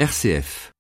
RCF.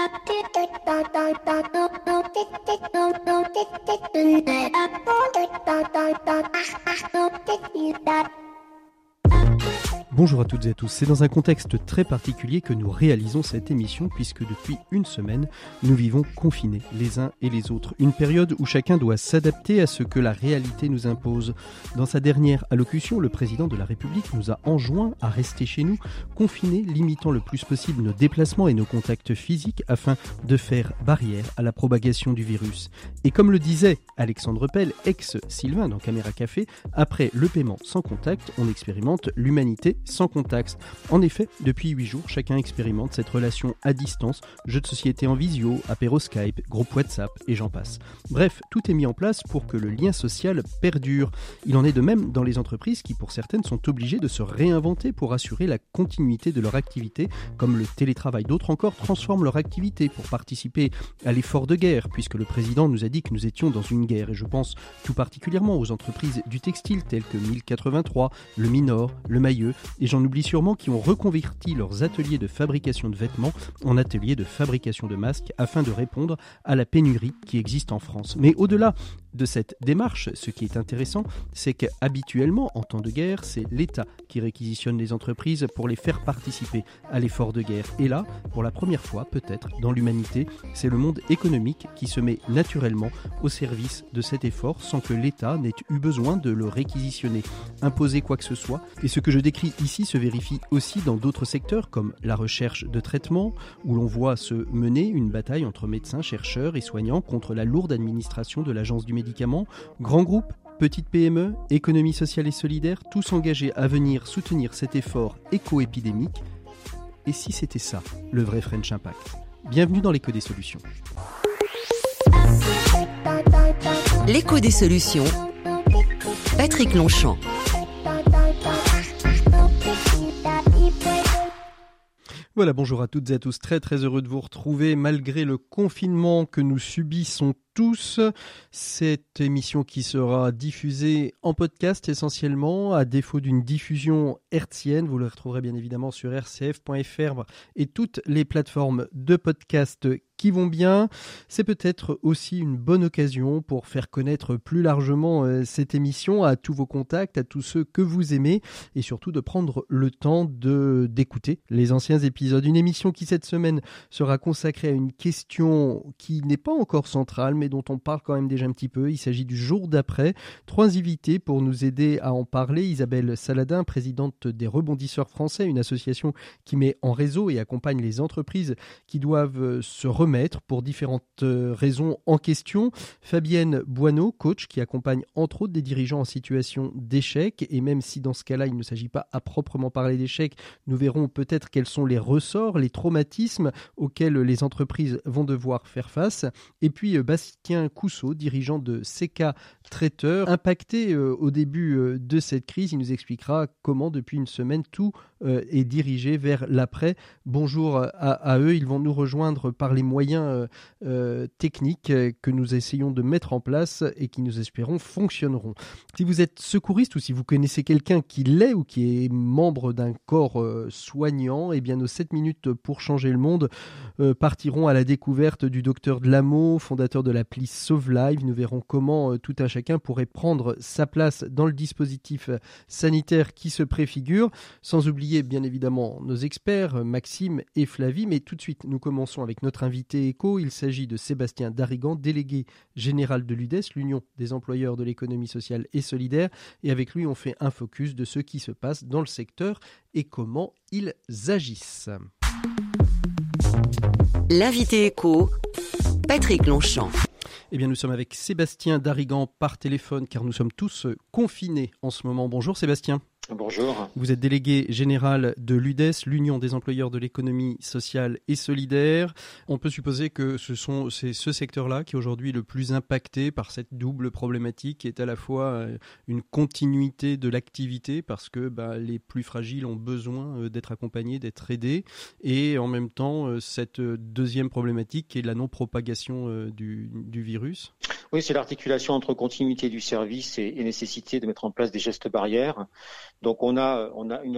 Bonjour à toutes et à tous, c'est dans un contexte très particulier que nous réalisons cette émission puisque depuis une semaine, nous vivons confinés les uns et les autres. Une période où chacun doit s'adapter à ce que la réalité nous impose. Dans sa dernière allocution, le président de la République nous a enjoint à rester chez nous, confinés, limitant le plus possible nos déplacements et nos contacts physiques afin de faire barrière à la propagation du virus. Et comme le disait Alexandre Pell, ex-Sylvain dans Caméra Café, après le paiement sans contact, on expérimente l'humanité sans contact. En effet, depuis 8 jours, chacun expérimente cette relation à distance, jeux de société en visio, apéro Skype, groupe WhatsApp et j'en passe. Bref, tout est mis en place pour que le lien social perdure. Il en est de même dans les entreprises qui, pour certaines, sont obligées de se réinventer pour assurer la continuité de leur activité, comme le télétravail. D'autres encore transforment leur activité pour participer à l'effort de guerre, puisque le président nous a dit que nous étions dans une guerre. Et je pense tout particulièrement aux entreprises du textile telles que 1083, le Minor, le Mailleux, et j'en oublie sûrement qui ont reconverti leurs ateliers de fabrication de vêtements en ateliers de fabrication de masques afin de répondre à la pénurie qui existe en France. Mais au-delà de cette démarche, ce qui est intéressant, c'est qu'habituellement, en temps de guerre, c'est l'État qui réquisitionne les entreprises pour les faire participer à l'effort de guerre. Et là, pour la première fois, peut-être, dans l'humanité, c'est le monde économique qui se met naturellement au service de cet effort sans que l'État n'ait eu besoin de le réquisitionner, imposer quoi que ce soit. Et ce que je décris ici se vérifie aussi dans d'autres secteurs comme la recherche de traitement, où l'on voit se mener une bataille entre médecins, chercheurs et soignants contre la lourde administration de l'Agence du médicament. Grands groupes, petites PME, économie sociale et solidaire, tous engagés à venir soutenir cet effort éco-épidémique. Et si c'était ça, le vrai French Impact ? Bienvenue dans l'écho des solutions. L'écho des solutions. Patrick Longchamp. Voilà, bonjour à toutes et à tous, très heureux de vous retrouver malgré le confinement que nous subissons tous. Cette émission qui sera diffusée en podcast essentiellement, à défaut d'une diffusion hertzienne. Vous le retrouverez bien évidemment sur rcf.fr et toutes les plateformes de podcast qui vont bien. C'est peut-être aussi une bonne occasion pour faire connaître plus largement cette émission à tous vos contacts, à tous ceux que vous aimez et surtout de prendre le temps d'écouter les anciens épisodes. Une émission qui cette semaine sera consacrée à une question qui n'est pas encore centrale mais dont on parle quand même déjà un petit peu. Il s'agit du jour d'après. 3 invités pour nous aider à en parler. Isabelle Saladin, présidente des Rebondisseurs Français, une association qui met en réseau et accompagne les entreprises qui doivent se remettre pour différentes raisons en question. Fabienne Boineau, coach, qui accompagne entre autres des dirigeants en situation d'échec. Et même si dans ce cas-là, il ne s'agit pas à proprement parler d'échec, nous verrons peut-être quels sont les ressorts, les traumatismes auxquels les entreprises vont devoir faire face. Et puis Bastien Cousseau, dirigeant de CK Traiteur, impacté au début de cette crise. Il nous expliquera comment depuis une semaine tout est dirigé vers l'après. Bonjour à eux, ils vont nous rejoindre par les moyens techniques que nous essayons de mettre en place et qui nous espérons fonctionneront. Si vous êtes secouriste ou si vous connaissez quelqu'un qui l'est ou qui est membre d'un corps soignant, eh bien nos 7 minutes pour changer le monde partiront à la découverte du docteur Dlamo, fondateur de l'appli Sauve Live. Nous verrons comment tout un chacun pourrait prendre sa place dans le dispositif sanitaire qui se préfigure, sans oublier bien évidemment nos experts Maxime et Flavie. Mais tout de suite, nous commençons avec notre invité éco. Il s'agit de Sébastien Darigan, délégué général de l'UDES, l'Union des employeurs de l'économie sociale et solidaire. Et avec lui, on fait un focus de ce qui se passe dans le secteur et comment ils agissent. L'invité éco, Patrick Longchamp. Eh bien, nous sommes avec Sébastien Darigan par téléphone car nous sommes tous confinés en ce moment. Bonjour Sébastien. Bonjour. Vous êtes délégué général de l'UDES, l'Union des employeurs de l'économie sociale et solidaire. On peut supposer que c'est ce secteur-là qui est aujourd'hui le plus impacté par cette double problématique qui est à la fois une continuité de l'activité parce que les plus fragiles ont besoin d'être accompagnés, d'être aidés et en même temps cette deuxième problématique qui est la non-propagation du virus. Oui, c'est l'articulation entre continuité du service et nécessité de mettre en place des gestes barrières. Donc on a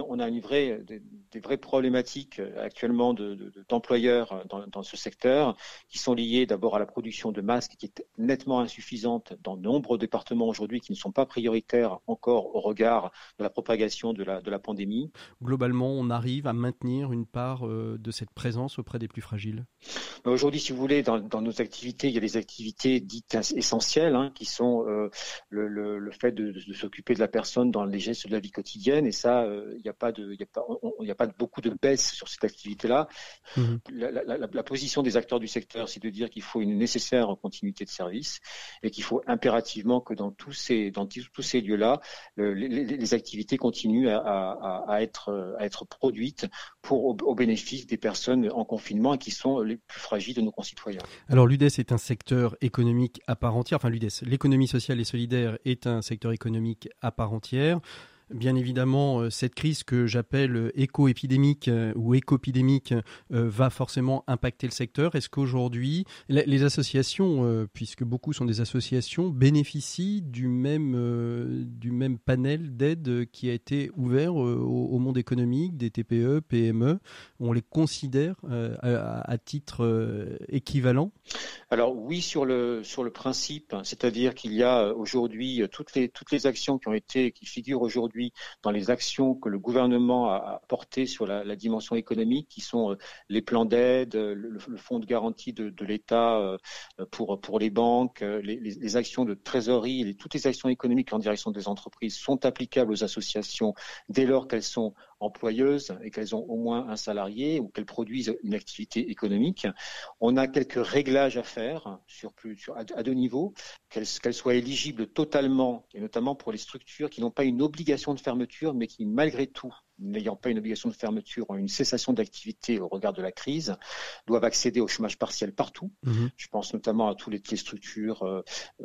des vraies problématiques actuellement d'employeurs dans ce secteur qui sont liées d'abord à la production de masques qui est nettement insuffisante dans de nombreux départements aujourd'hui qui ne sont pas prioritaires encore au regard de la propagation de la pandémie. Globalement, on arrive à maintenir une part de cette présence auprès des plus fragiles. Aujourd'hui, si vous voulez, dans nos activités, il y a des activités dites essentielles, qui sont le fait de s'occuper de la personne dans les gestes de la vie quotidienne. Et ça, il n'y a pas beaucoup de baisse sur cette activité-là. Mmh. La position des acteurs du secteur, c'est de dire qu'il faut une nécessaire continuité de service et qu'il faut impérativement que dans tous ces lieux-là, les activités continuent à être produites au bénéfice des personnes en confinement et qui sont les plus fragiles de nos concitoyens. Alors l'UDES est un secteur économique à part entière, enfin l'UDES, l'économie sociale et solidaire est un secteur économique à part entière. Bien évidemment, cette crise que j'appelle éco-épidémique ou écopidémique va forcément impacter le secteur. Est-ce qu'aujourd'hui, les associations, puisque beaucoup sont des associations, bénéficient du même panel d'aide qui a été ouvert au monde économique, des TPE, PME? On les considère à titre équivalent? Alors oui, sur le principe, c'est-à-dire qu'il y a aujourd'hui toutes les actions qui figurent aujourd'hui dans les actions que le gouvernement a portées sur la dimension économique, qui sont les plans d'aide, le fonds de garantie de l'État pour les banques, les actions de trésorerie, toutes les actions économiques en direction des entreprises sont applicables aux associations dès lors qu'elles sont employeuses et qu'elles ont au moins un salarié ou qu'elles produisent une activité économique. On a quelques réglages à faire à deux niveaux, qu'elles soient éligibles totalement, et notamment pour les structures qui n'ont pas une obligation de fermeture, mais qui, malgré tout, n'ayant pas une obligation de fermeture, ont une cessation d'activité au regard de la crise, doivent accéder au chômage partiel partout. Mmh. Je pense notamment à toutes les structures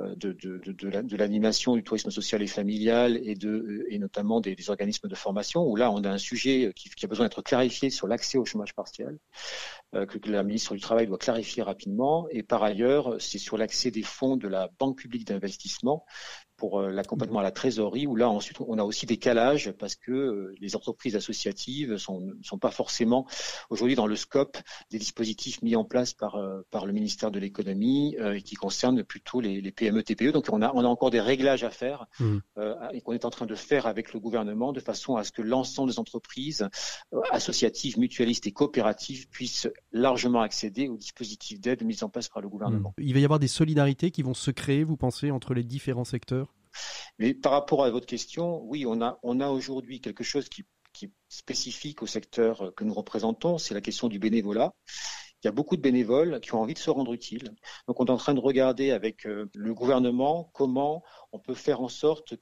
de l'animation, du tourisme social et familial et notamment des organismes de formation, où là, on a un sujet qui a besoin d'être clarifié sur l'accès au chômage partiel, que la ministre du Travail doit clarifier rapidement. Et par ailleurs, c'est sur l'accès des fonds de la Banque publique d'investissement pour l'accompagnement à la trésorerie, où là, ensuite, on a aussi des calages parce que les entreprises associatives sont pas forcément aujourd'hui dans le scope des dispositifs mis en place par le ministère de l'économie et qui concernent plutôt les PME, TPE. Donc, on a encore des réglages à faire et qu'on est en train de faire avec le gouvernement de façon à ce que l'ensemble des entreprises associatives, mutualistes et coopératives puissent largement accéder aux dispositifs d'aide mis en place par le gouvernement. Il va y avoir des solidarités qui vont se créer, vous pensez, entre les différents secteurs? Mais par rapport à votre question, oui, on a aujourd'hui quelque chose qui est spécifique au secteur que nous représentons, c'est la question du bénévolat. Il y a beaucoup de bénévoles qui ont envie de se rendre utiles. Donc, on est en train de regarder avec le gouvernement comment on peut faire en sorte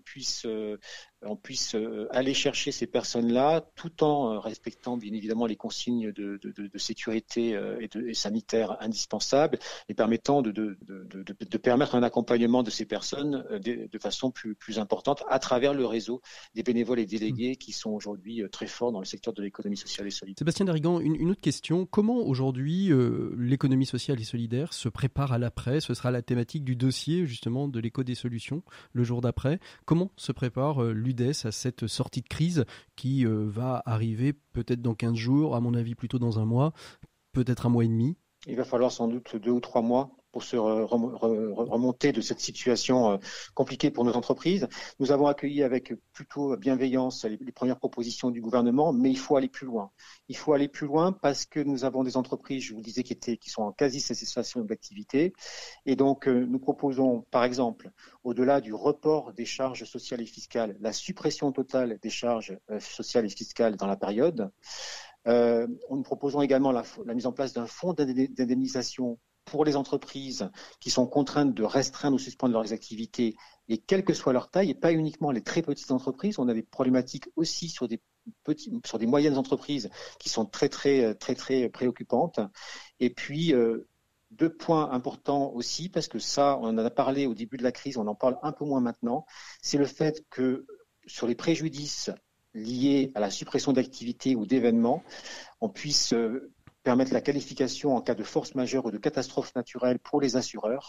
on puisse aller chercher ces personnes-là tout en respectant bien évidemment les consignes de sécurité et sanitaires indispensables et permettant de permettre un accompagnement de ces personnes de façon plus importante à travers le réseau des bénévoles et délégués qui sont aujourd'hui très forts dans le secteur de l'économie sociale et solidaire. Sébastien Darigan, une autre question. Comment aujourd'hui l'économie sociale et solidaire se prépare à l'après? Ce sera la thématique du dossier justement de l'écho des solutions le jour d'après. Comment se prépare l'UDES à cette sortie de crise qui va arriver peut-être dans 15 jours, à mon avis plutôt dans un mois, peut-être un mois et demi? Il va falloir sans doute 2 ou 3 mois pour se remonter de cette situation compliquée pour nos entreprises. Nous avons accueilli avec plutôt bienveillance les premières propositions du gouvernement, mais il faut aller plus loin. Il faut aller plus loin parce que nous avons des entreprises, je vous le disais, qui sont en quasi-cessation d'activité. Et donc, nous proposons, par exemple, au-delà du report des charges sociales et fiscales, la suppression totale des charges sociales et fiscales dans la période. Nous proposons également la mise en place d'un fonds d'indemnisation pour les entreprises qui sont contraintes de restreindre ou suspendre leurs activités, et quelle que soit leur taille, et pas uniquement les très petites entreprises. On a des problématiques aussi sur des moyennes entreprises qui sont très préoccupantes. Et puis, 2 points importants aussi, parce que ça, on en a parlé au début de la crise, on en parle un peu moins maintenant, c'est le fait que sur les préjudices liés à la suppression d'activités ou d'événements, on puisse permettre la qualification en cas de force majeure ou de catastrophe naturelle pour les assureurs,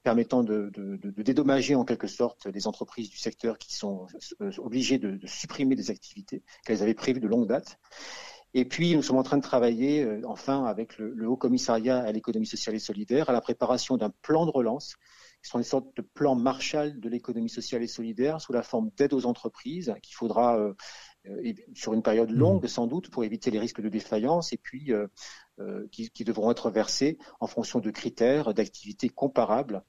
permettant de dédommager en quelque sorte les entreprises du secteur qui sont obligées de supprimer des activités qu'elles avaient prévues de longue date. Et puis, nous sommes en train de travailler, enfin, avec le Haut Commissariat à l'économie sociale et solidaire, à la préparation d'un plan de relance, qui sont une sorte de plan Marshall de l'économie sociale et solidaire, sous la forme d'aide aux entreprises, qu'il faudra, sur une période longue, sans doute, pour éviter les risques de défaillance, et puis qui devront être versés en fonction de critères d'activité comparables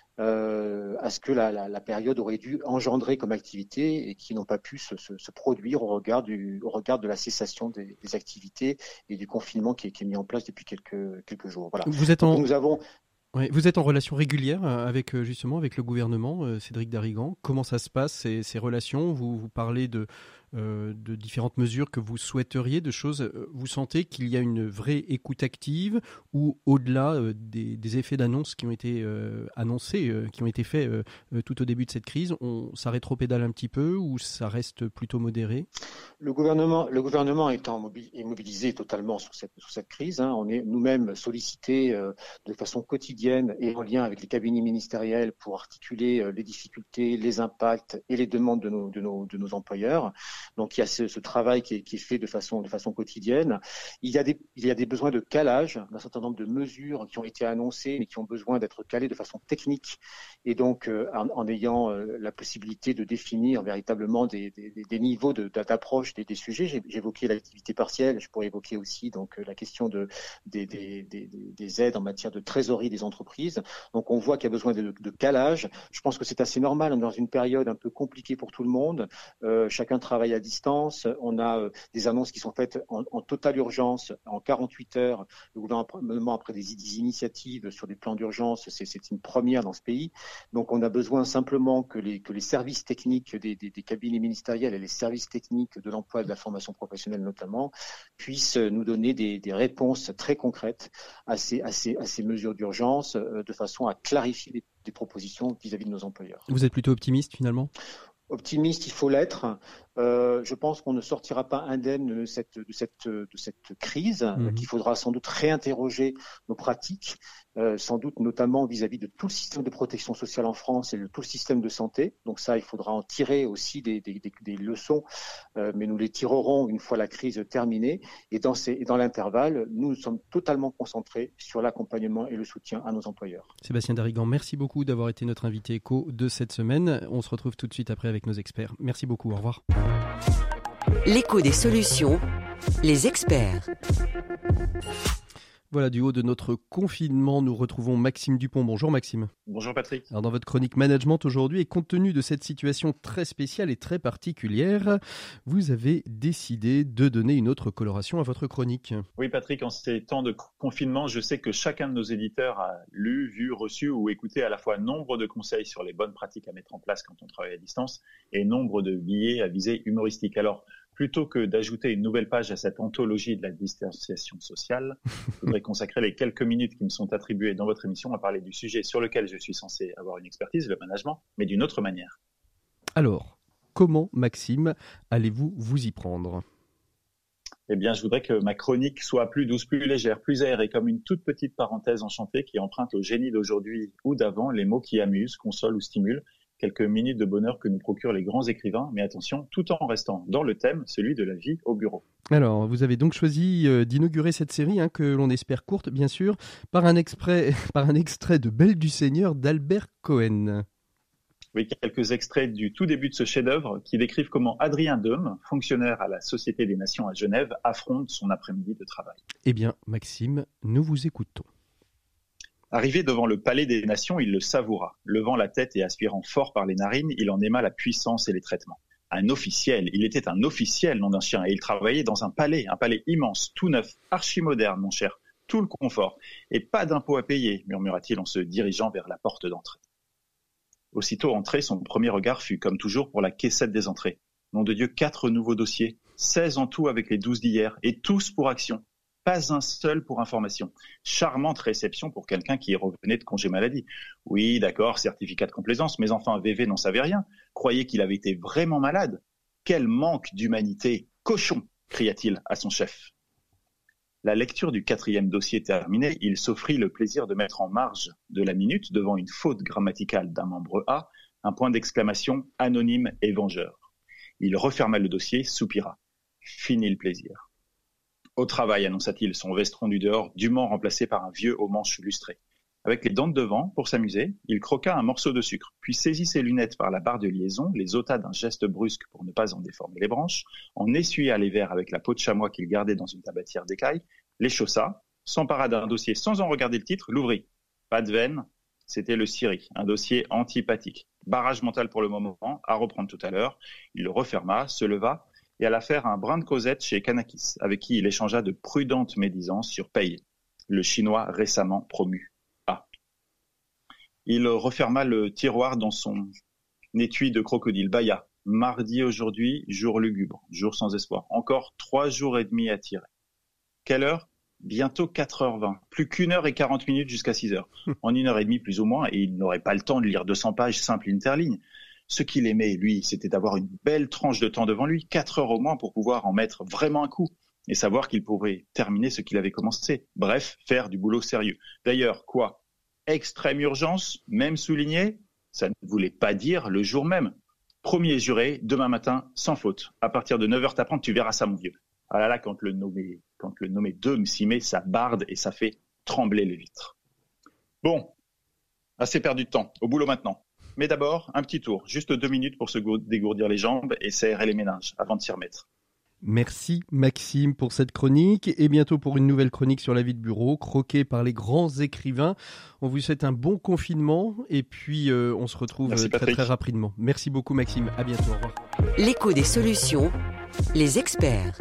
à ce que la période aurait dû engendrer comme activité et qui n'ont pas pu se produire au regard de la cessation des activités et du confinement qui est mis en place depuis quelques jours. Voilà. Vous êtes en relation régulière avec le gouvernement, Cédric Darrigan. Comment ça se passe, ces relations ? Vous parlez de différentes mesures que vous souhaiteriez, de choses. Vous sentez qu'il y a une vraie écoute active ou au-delà des effets d'annonce qui ont été annoncés, qui ont été faits tout au début de cette crise, ça rétropédale un petit peu ou ça reste plutôt modéré ? Le gouvernement est mobilisé totalement sur cette crise. On est nous-mêmes sollicités de façon quotidienne et en lien avec les cabinets ministériels pour articuler les difficultés, les impacts et les demandes de nos employeurs. Donc il y a ce travail qui est fait de façon quotidienne. Il y a des besoins de calage d'un certain nombre de mesures qui ont été annoncées mais qui ont besoin d'être calées de façon technique et donc en ayant la possibilité de définir véritablement des niveaux d'approche des sujets. J'ai évoqué l'activité partielle, je pourrais évoquer aussi donc la question des aides en matière de trésorerie des entreprises. Donc on voit qu'il y a besoin de calage. Je pense que c'est assez normal, on est dans une période un peu compliquée pour tout le monde. Chacun travaille à distance. On a des annonces qui sont faites en totale urgence, en 48 heures. Le gouvernement a pris des initiatives sur des plans d'urgence. C'est une première dans ce pays. Donc on a besoin simplement que les services techniques des cabinets ministériels et les services techniques de l'emploi et de la formation professionnelle notamment puissent nous donner des réponses très concrètes à ces mesures d'urgence de façon à clarifier des propositions vis-à-vis de nos employeurs. Vous êtes plutôt optimiste finalement ? Optimiste, il faut l'être. Je pense qu'on ne sortira pas indemne de cette crise, qu'il faudra sans doute réinterroger nos pratiques, sans doute notamment vis-à-vis de tout le système de protection sociale en France et de tout le système de santé. Donc ça, il faudra en tirer aussi des leçons, mais nous les tirerons une fois la crise terminée. Et dans l'intervalle, nous sommes totalement concentrés sur l'accompagnement et le soutien à nos employeurs. Sébastien Darrigan, merci beaucoup d'avoir été notre invité éco de cette semaine. On se retrouve tout de suite après avec nos experts. Merci beaucoup, au revoir. L'écho des solutions, les experts. Voilà, du haut de notre confinement, nous retrouvons Maxime Dupont. Bonjour Maxime. Bonjour Patrick. Alors dans votre chronique management aujourd'hui, et compte tenu de cette situation très spéciale et très particulière, vous avez décidé de donner une autre coloration à votre chronique. Oui Patrick, en ces temps de confinement, je sais que chacun de nos éditeurs a lu, vu, reçu ou écouté à la fois nombre de conseils sur les bonnes pratiques à mettre en place quand on travaille à distance et nombre de billets à visée humoristique. Alors, plutôt que d'ajouter une nouvelle page à cette anthologie de la distanciation sociale, je voudrais consacrer les quelques minutes qui me sont attribuées dans votre émission à parler du sujet sur lequel je suis censé avoir une expertise, le management, mais d'une autre manière. Alors, comment, Maxime, allez-vous vous y prendre ? Eh bien, je voudrais que ma chronique soit plus douce, plus légère, plus aérée, comme une toute petite parenthèse enchantée qui emprunte au génie d'aujourd'hui ou d'avant les mots qui amusent, consolent ou stimulent. Quelques minutes de bonheur que nous procurent les grands écrivains, mais attention, tout en restant dans le thème, celui de la vie au bureau. Alors, vous avez donc choisi d'inaugurer cette série, que l'on espère courte, bien sûr, par un extrait de Belle du Seigneur d'Albert Cohen. Oui, quelques extraits du tout début de ce chef-d'œuvre qui décrivent comment Adrien Dôme, fonctionnaire à la Société des Nations à Genève, affronte son après-midi de travail. Eh bien, Maxime, nous vous écoutons. Arrivé devant le palais des nations, il le savoura. Levant la tête et aspirant fort par les narines, il en aima la puissance et les traitements. Un officiel, il était un officiel, nom d'un chien, et il travaillait dans un palais immense, tout neuf, archi-moderne, mon cher, tout le confort. Et pas d'impôt à payer, murmura-t-il en se dirigeant vers la porte d'entrée. Aussitôt entré, son premier regard fut, comme toujours, pour la caissette des entrées. Nom de Dieu, 4 nouveaux dossiers, 16 en tout avec les 12 d'hier, et tous pour action. Pas un seul pour information. Charmante réception pour quelqu'un qui revenait de congé maladie. Oui, d'accord, certificat de complaisance, mais enfin, VV n'en savait rien. Croyait qu'il avait été vraiment malade. Quel manque d'humanité. Cochon, cria-t-il à son chef. La lecture du 4e dossier terminée, il s'offrit le plaisir de mettre en marge de la minute, devant une faute grammaticale d'un membre A, un point d'exclamation anonyme et vengeur. Il referma le dossier, soupira. Fini le plaisir. Au travail, annonça-t-il, son vestron du dehors dûment remplacé par un vieux aux manches lustrées. Avec les dents de devant, pour s'amuser, il croqua un morceau de sucre, puis saisit ses lunettes par la barre de liaison, les ôta d'un geste brusque pour ne pas en déformer les branches, en essuya les verres avec la peau de chamois qu'il gardait dans une tabatière d'écaille, les chaussa, s'empara d'un dossier sans en regarder le titre, l'ouvrit. Pas de veine, c'était le Syrie, un dossier antipathique. Barrage mental pour le moment, à reprendre tout à l'heure. Il le referma, se leva et alla faire un brin de causette chez Kanakis, avec qui il échangea de prudentes médisances sur Paye, le Chinois récemment promu. Il referma le tiroir dans son étui de crocodile. Baya, mardi aujourd'hui, jour lugubre, jour sans espoir. Encore 3 jours et demi à tirer. Quelle heure ? Bientôt 4h20. Plus qu'1h40 jusqu'à 6h. En 1h30 plus ou moins, et il n'aurait pas le temps de lire 200 pages simples interlignes. Ce qu'il aimait, lui, c'était d'avoir une belle tranche de temps devant lui, 4 heures au moins pour pouvoir en mettre vraiment un coup, et savoir qu'il pourrait terminer ce qu'il avait commencé. Bref, faire du boulot sérieux. D'ailleurs, quoi ? Extrême urgence, même souligné, ça ne voulait pas dire le jour même. Premier juré, demain matin, sans faute. À partir de 9h t'apprends, tu verras ça, mon vieux. Ah là là, quand le nommé 2 s'y met, ça barde et ça fait trembler les vitres. Bon, assez perdu de temps, au boulot maintenant. Mais d'abord, un petit tour, juste 2 minutes pour se dégourdir les jambes et s'aérer les méninges avant de s'y remettre. Merci Maxime pour cette chronique et bientôt pour une nouvelle chronique sur la vie de bureau, croquée par les grands écrivains. On vous souhaite un bon confinement et puis on se retrouve très rapidement. Merci beaucoup Maxime, à bientôt, au revoir. L'écho des solutions, les experts.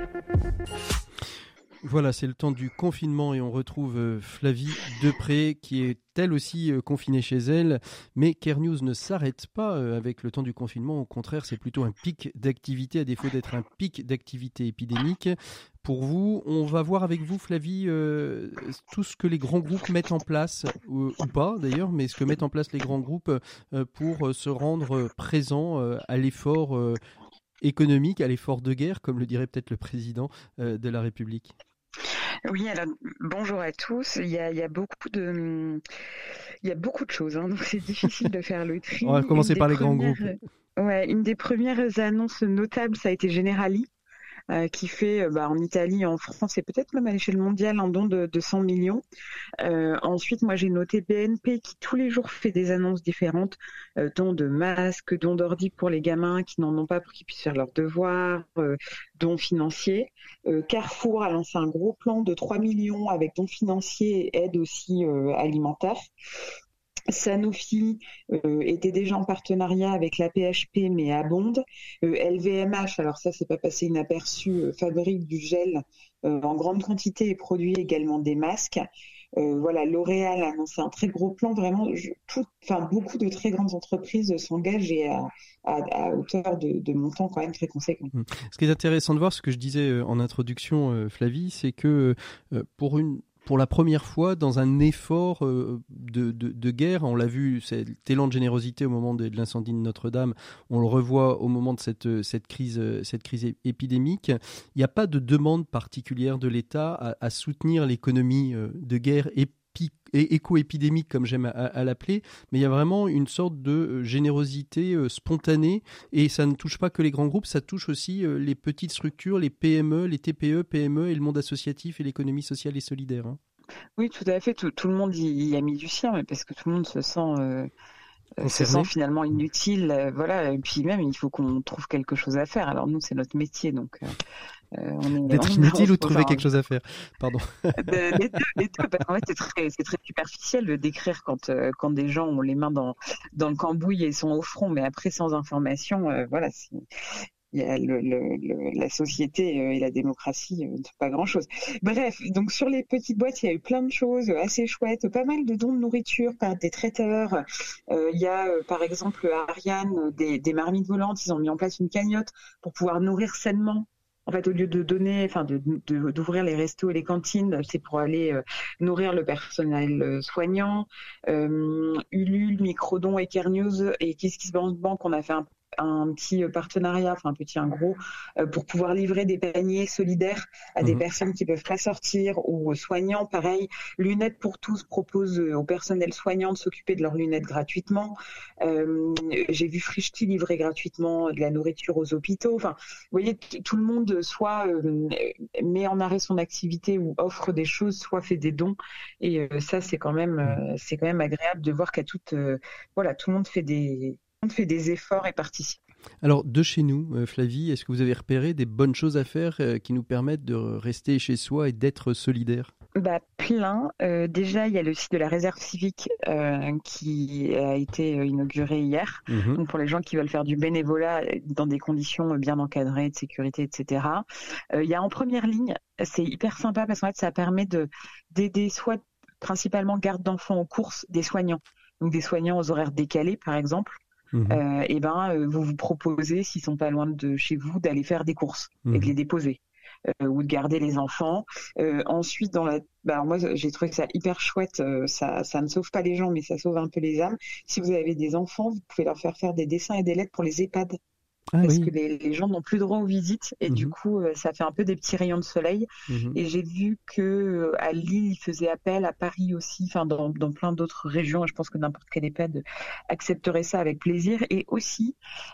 Voilà, c'est le temps du confinement et on retrouve Flavie Depré qui est elle aussi confinée chez elle. Mais Care News ne s'arrête pas avec le temps du confinement. Au contraire, c'est plutôt un pic d'activité à défaut d'être un pic d'activité épidémique. Pour vous, on va voir avec vous, Flavie, tout ce que les grands groupes mettent en place, ou pas d'ailleurs, mais ce que mettent en place les grands groupes pour se rendre présents à l'effort économique, à l'effort de guerre, comme le dirait peut-être le président de la République. Oui, alors bonjour à tous. Il y a beaucoup de choses, hein, donc c'est difficile de faire le tri. On va commencer par les grands groupes. Une des premières annonces notables, ça a été Generali, qui fait en Italie, en France et peut-être même à l'échelle mondiale un don de 100 millions. Ensuite, moi j'ai noté BNP qui tous les jours fait des annonces différentes, dons de masques, dons d'ordi pour les gamins qui n'en ont pas pour qu'ils puissent faire leurs devoirs, dons financiers. Carrefour a lancé un gros plan de 3 millions avec dons financiers et aide aussi alimentaire. Sanofi était déjà en partenariat avec la PHP mais abonde. LVMH, alors ça c'est pas passé inaperçu, fabrique du gel en grande quantité et produit également des masques. L'Oréal a annoncé un très gros plan, vraiment beaucoup de très grandes entreprises s'engagent et à hauteur de montants quand même très conséquents. Ce qui est intéressant de voir, ce que je disais en introduction, Flavie, c'est que pour la première fois, dans un effort de guerre, on l'a vu, cet élan de générosité au moment de l'incendie de Notre-Dame, on le revoit au moment de cette crise épidémique. Il n'y a pas de demande particulière de l'État à soutenir l'économie de guerre éco-épidémique, comme j'aime à l'appeler, mais il y a vraiment une sorte de générosité spontanée, et ça ne touche pas que les grands groupes, ça touche aussi les petites structures, les PME, les TPE, PME et le monde associatif et l'économie sociale et solidaire. Hein. Oui, tout à fait, tout le monde y a mis du sien, mais parce que tout le monde se sent finalement inutile, et puis même il faut qu'on trouve quelque chose à faire. Alors nous c'est notre métier, donc d'être inutile ou de trouver quelque chose à faire. Pardon. Les deux, parce qu'en fait c'est très superficiel de décrire quand des gens ont les mains dans le cambouis et sont au front, mais après sans information, il y a la société et la démocratie, pas grand-chose. Bref, donc sur les petites boîtes, il y a eu plein de choses assez chouettes, pas mal de dons de nourriture par des traiteurs. Il y a par exemple à Ariane des marmites volantes, ils ont mis en place une cagnotte pour pouvoir nourrir sainement. En fait, au lieu de donner, d'ouvrir les restos et les cantines, c'est pour aller nourrir le personnel soignant. Ulule, Microdon et Care News et KissKissBank, on a fait un un petit partenariat, enfin un gros, pour pouvoir livrer des paniers solidaires à des personnes qui peuvent pas sortir, ou aux soignants. Pareil, Lunettes pour tous propose au personnel soignant de s'occuper de leurs lunettes gratuitement. J'ai vu Frischti livrer gratuitement de la nourriture aux hôpitaux. Enfin, vous voyez, tout le monde soit met en arrêt son activité ou offre des choses, soit fait des dons. Et ça, c'est quand même agréable de voir qu'à tout le monde fait des efforts et participe. Alors, de chez nous, Flavie, est-ce que vous avez repéré des bonnes choses à faire qui nous permettent de rester chez soi et d'être solidaires ? Plein. Déjà, il y a le site de la réserve civique qui a été inauguré hier. Donc, pour les gens qui veulent faire du bénévolat dans des conditions bien encadrées, de sécurité, etc. Il y a en première ligne, c'est hyper sympa parce qu'en fait, ça permet d'aider soit principalement garde d'enfants aux courses des soignants. Donc, des soignants aux horaires décalés, par exemple. Vous vous proposez, s'ils sont pas loin de chez vous, d'aller faire des courses et de les déposer. Ou de garder les enfants. Ensuite, moi, j'ai trouvé que ça hyper chouette. Ça ne sauve pas les gens, mais ça sauve un peu les âmes. Si vous avez des enfants, vous pouvez leur faire des dessins et des lettres pour les EHPAD. Parce que les gens n'ont plus droit aux visites et du coup ça fait un peu des petits rayons de soleil. Et j'ai vu que à Lille ils faisaient appel, à Paris aussi, enfin dans plein d'autres régions, et je pense que n'importe quel EHPAD accepterait ça avec plaisir. Et aussi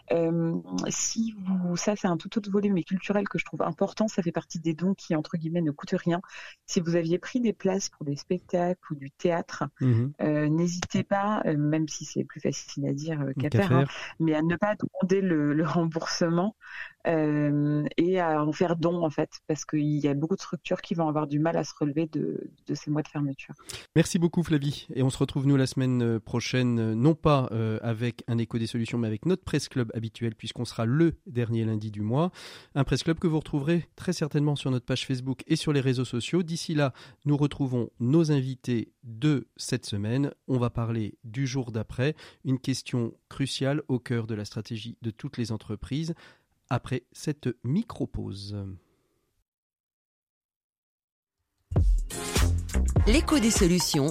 ça c'est un tout autre volet mais culturel que je trouve important, ça fait partie des dons qui entre guillemets ne coûtent rien. Si vous aviez pris des places pour des spectacles ou du théâtre, n'hésitez pas, même si c'est plus facile à dire qu'à faire, mais à ne pas demander le remboursement et à en faire don en fait, parce qu'il y a beaucoup de structures qui vont avoir du mal à se relever de ces mois de fermeture. Merci beaucoup Flavie, et on se retrouve nous la semaine prochaine, non pas avec un écho des solutions, mais avec notre Presse Club habituel, puisqu'on sera le dernier lundi du mois. Un Presse Club que vous retrouverez très certainement sur notre page Facebook et sur les réseaux sociaux. D'ici là, nous retrouvons nos invités de cette semaine. On va parler du jour d'après, une question cruciale au cœur de la stratégie de toutes les entreprises, après cette micro-pause. L'écho des solutions.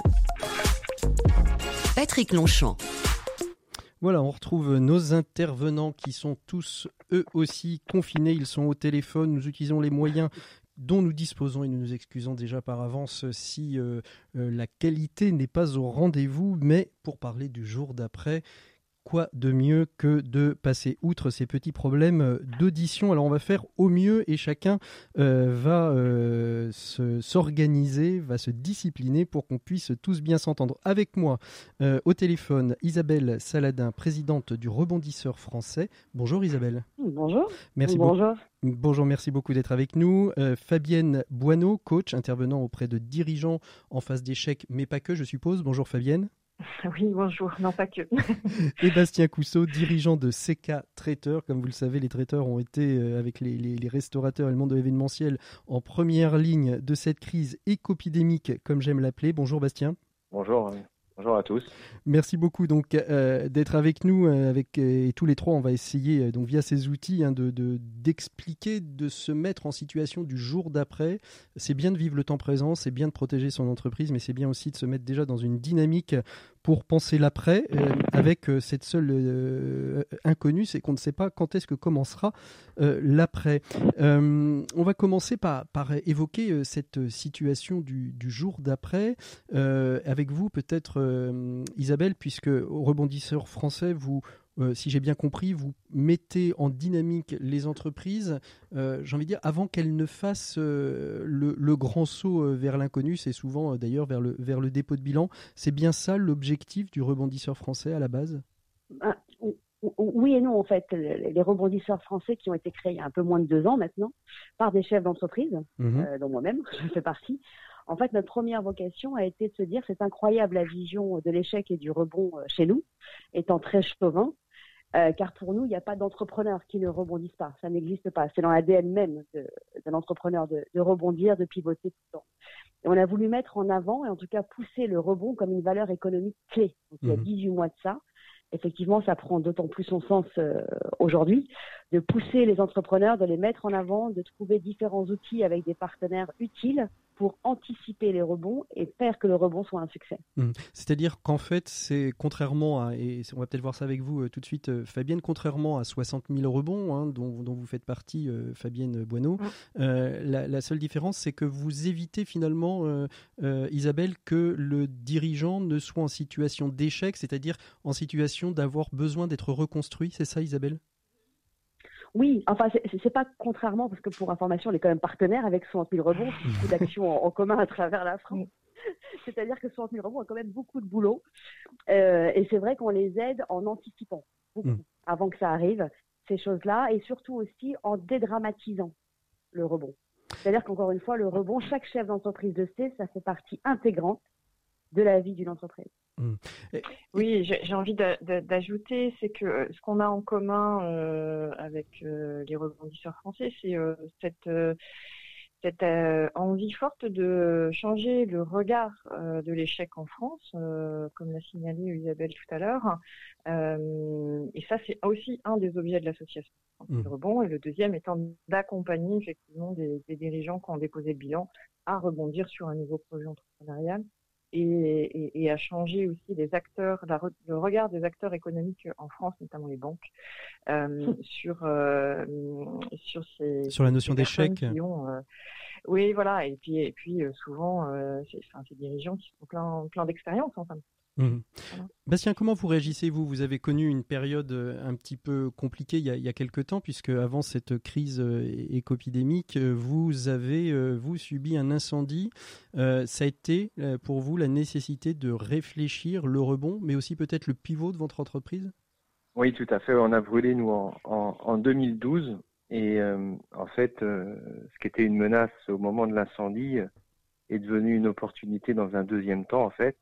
Patrick Longchamp. Voilà, on retrouve nos intervenants qui sont tous eux aussi confinés. Ils sont au téléphone. Nous utilisons les moyens dont nous disposons et nous nous excusons déjà par avance si la qualité n'est pas au rendez-vous. Mais pour parler du jour d'après, quoi de mieux que de passer outre ces petits problèmes d'audition. Alors on va faire au mieux et chacun va s'organiser, va se discipliner pour qu'on puisse tous bien s'entendre. Avec moi au téléphone, Isabelle Saladin, présidente du Rebondisseur français. Bonjour Isabelle. Bonjour. Bonjour, merci beaucoup d'être avec nous. Fabienne Boineau, coach, intervenant auprès de dirigeants en phase d'échec, mais pas que, je suppose. Bonjour Fabienne. Oui, bonjour, non pas que. Et Bastien Cousseau, dirigeant de CK Traiteurs. Comme vous le savez, les traiteurs ont été, avec les restaurateurs et le monde de l'événementiel, en première ligne de cette crise écopidémique, comme j'aime l'appeler. Bonjour Bastien. Bonjour. Bonjour à tous. Merci beaucoup donc d'être avec nous. Et tous les trois, on va essayer donc via ces outils d'expliquer, de se mettre en situation du jour d'après. C'est bien de vivre le temps présent, c'est bien de protéger son entreprise, mais c'est bien aussi de se mettre déjà dans une dynamique pour penser l'après, avec cette seule inconnue, c'est qu'on ne sait pas quand est-ce que commencera l'après. On va commencer par évoquer cette situation du jour d'après, avec vous peut-être Isabelle, puisque au Rebondisseur français, vous, si j'ai bien compris, vous mettez en dynamique les entreprises, j'ai envie de dire, avant qu'elles ne fassent le grand saut vers l'inconnu. C'est souvent d'ailleurs vers le dépôt de bilan. C'est bien ça l'objectif du Rebondisseur français à la base ? Oui et non, en fait. Les Rebondisseurs français qui ont été créés il y a un peu moins de 2 ans maintenant, par des chefs d'entreprise, dont moi-même, je fais partie. En fait, notre première vocation a été de se dire, c'est incroyable la vision de l'échec et du rebond chez nous, étant très chauvin, car pour nous, il n'y a pas d'entrepreneur qui ne rebondisse pas. Ça n'existe pas. C'est dans l'ADN même de l'entrepreneur de rebondir, de pivoter tout le temps. Et on a voulu mettre en avant, et en tout cas pousser le rebond comme une valeur économique clé. Donc, il y a 18 mois de ça. Effectivement, ça prend d'autant plus son sens aujourd'hui, de pousser les entrepreneurs, de les mettre en avant, de trouver différents outils avec des partenaires utiles pour anticiper anticiper les rebonds et faire que le rebond soit un succès. C'est-à-dire qu'en fait, c'est contrairement à, et on va peut-être voir ça avec vous tout de suite, Fabienne, contrairement à 60 000 rebonds, hein, dont vous faites partie, Fabienne Boineau, la seule différence, c'est que vous évitez finalement, Isabelle, que le dirigeant ne soit en situation d'échec, c'est-à-dire en situation d'avoir besoin d'être reconstruit. C'est ça, Isabelle ? Oui, enfin, c'est pas contrairement, parce que pour information, on est quand même partenaire avec 60 000 rebonds, beaucoup d'actions en commun à travers la France. C'est-à-dire que 60 000 rebonds ont quand même beaucoup de boulot. Et c'est vrai qu'on les aide en anticipant beaucoup, avant que ça arrive, ces choses-là, et surtout aussi en dédramatisant le rebond. C'est-à-dire qu'encore une fois, le rebond, chaque chef d'entreprise le sait, ça fait partie intégrante de la vie d'une entreprise. Oui, j'ai envie d'ajouter, c'est que ce qu'on a en commun avec les rebondisseurs français, c'est cette envie forte de changer le regard de l'échec en France, comme l'a signalé Isabelle tout à l'heure. Et ça, c'est aussi un des objets de l'association de rebond. Et le deuxième étant d'accompagner effectivement des dirigeants qui ont déposé le bilan à rebondir sur un nouveau projet entrepreneurial. Et à changer aussi les acteurs, le regard des acteurs économiques en France, notamment les banques, sur la notion d'échec. Oui, voilà. Et puis souvent, ces dirigeants qui sont plein d'expérience, enfin. Voilà. Bastien, comment vous réagissez, vous ? Vous avez connu une période un petit peu compliquée il y a quelques temps, puisque avant cette crise écopidémique, vous avez subi un incendie. Ça a été pour vous la nécessité de réfléchir le rebond, mais aussi peut-être le pivot de votre entreprise ? Oui, tout à fait. On a brûlé, nous, en 2012. Et en fait, ce qui était une menace au moment de l'incendie est devenu une opportunité dans un deuxième temps, en fait.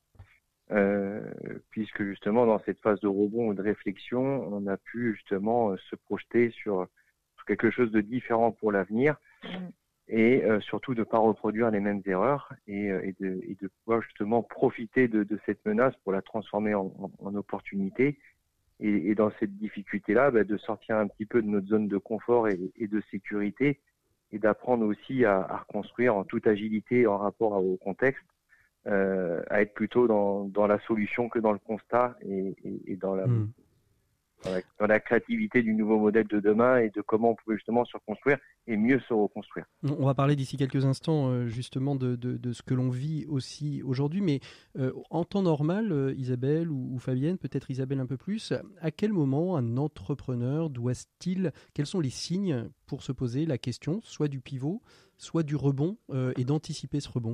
Puisque justement dans cette phase de rebond ou de réflexion, on a pu justement se projeter sur quelque chose de différent pour l'avenir et surtout de ne pas reproduire les mêmes erreurs et de pouvoir justement profiter de cette menace pour la transformer en opportunité et dans cette difficulté-là, de sortir un petit peu de notre zone de confort et de sécurité et d'apprendre aussi à reconstruire en toute agilité en rapport au contexte. À être plutôt dans la solution que dans le constat et dans la créativité du nouveau modèle de demain et de comment on pouvait justement se reconstruire et mieux se reconstruire. On va parler d'ici quelques instants justement de ce que l'on vit aussi aujourd'hui, mais en temps normal, Isabelle ou Fabienne, peut-être Isabelle un peu plus, à quel moment un entrepreneur quels sont les signes pour se poser la question, soit du pivot, soit du rebond et d'anticiper ce rebond ?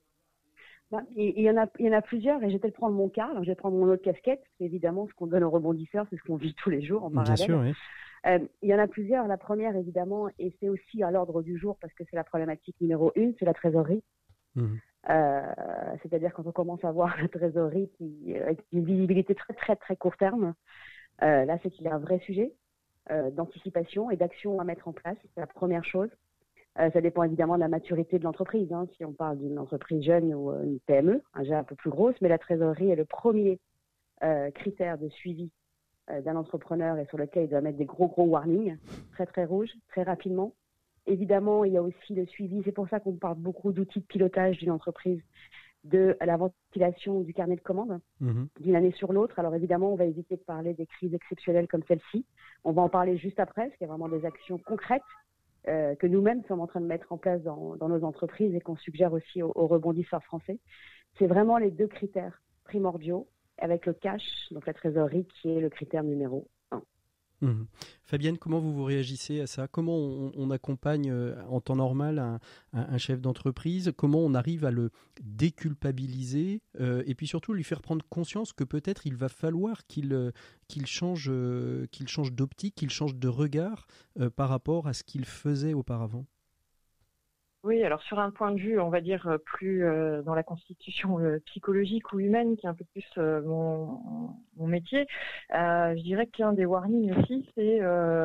Il y en a plusieurs et je vais peut-être prendre mon cas. Alors, je vais prendre mon autre casquette. C'est évidemment ce qu'on donne aux rebondisseurs, c'est ce qu'on vit tous les jours en parallèle. Bien sûr, oui. Il y en a plusieurs. La première, évidemment, et c'est aussi à l'ordre du jour parce que c'est la problématique numéro 1, c'est la trésorerie. C'est-à-dire quand on commence à voir la trésorerie avec une visibilité très, très, très court terme, là, c'est qu'il y a un vrai sujet d'anticipation et d'action à mettre en place. C'est la première chose. Ça dépend évidemment de la maturité de l'entreprise. Si on parle d'une entreprise jeune ou une PME, déjà un peu plus grosse, mais la trésorerie est le premier critère de suivi d'un entrepreneur et sur lequel il doit mettre des gros warnings, très très rouges, très rapidement. Évidemment, il y a aussi le suivi. C'est pour ça qu'on parle beaucoup d'outils de pilotage d'une entreprise, de la ventilation du carnet de commandes d'une année sur l'autre. Alors évidemment, on va éviter de parler des crises exceptionnelles comme celle-ci. On va en parler juste après, parce qu'il y a vraiment des actions concrètes que nous-mêmes sommes en train de mettre en place dans nos entreprises et qu'on suggère aussi aux rebondisseurs français. C'est vraiment les deux critères primordiaux, avec le cash, donc la trésorerie, qui est le critère numéro 1. Fabienne, comment vous réagissez à ça ? Comment on accompagne en temps normal un chef d'entreprise ? Comment on arrive à le déculpabiliser et puis surtout lui faire prendre conscience que peut-être il va falloir qu'il change d'optique, qu'il change de regard par rapport à ce qu'il faisait auparavant ? Oui, alors sur un point de vue, on va dire plus dans la constitution psychologique ou humaine, qui est un peu plus mon métier, je dirais qu'un des warnings aussi, c'est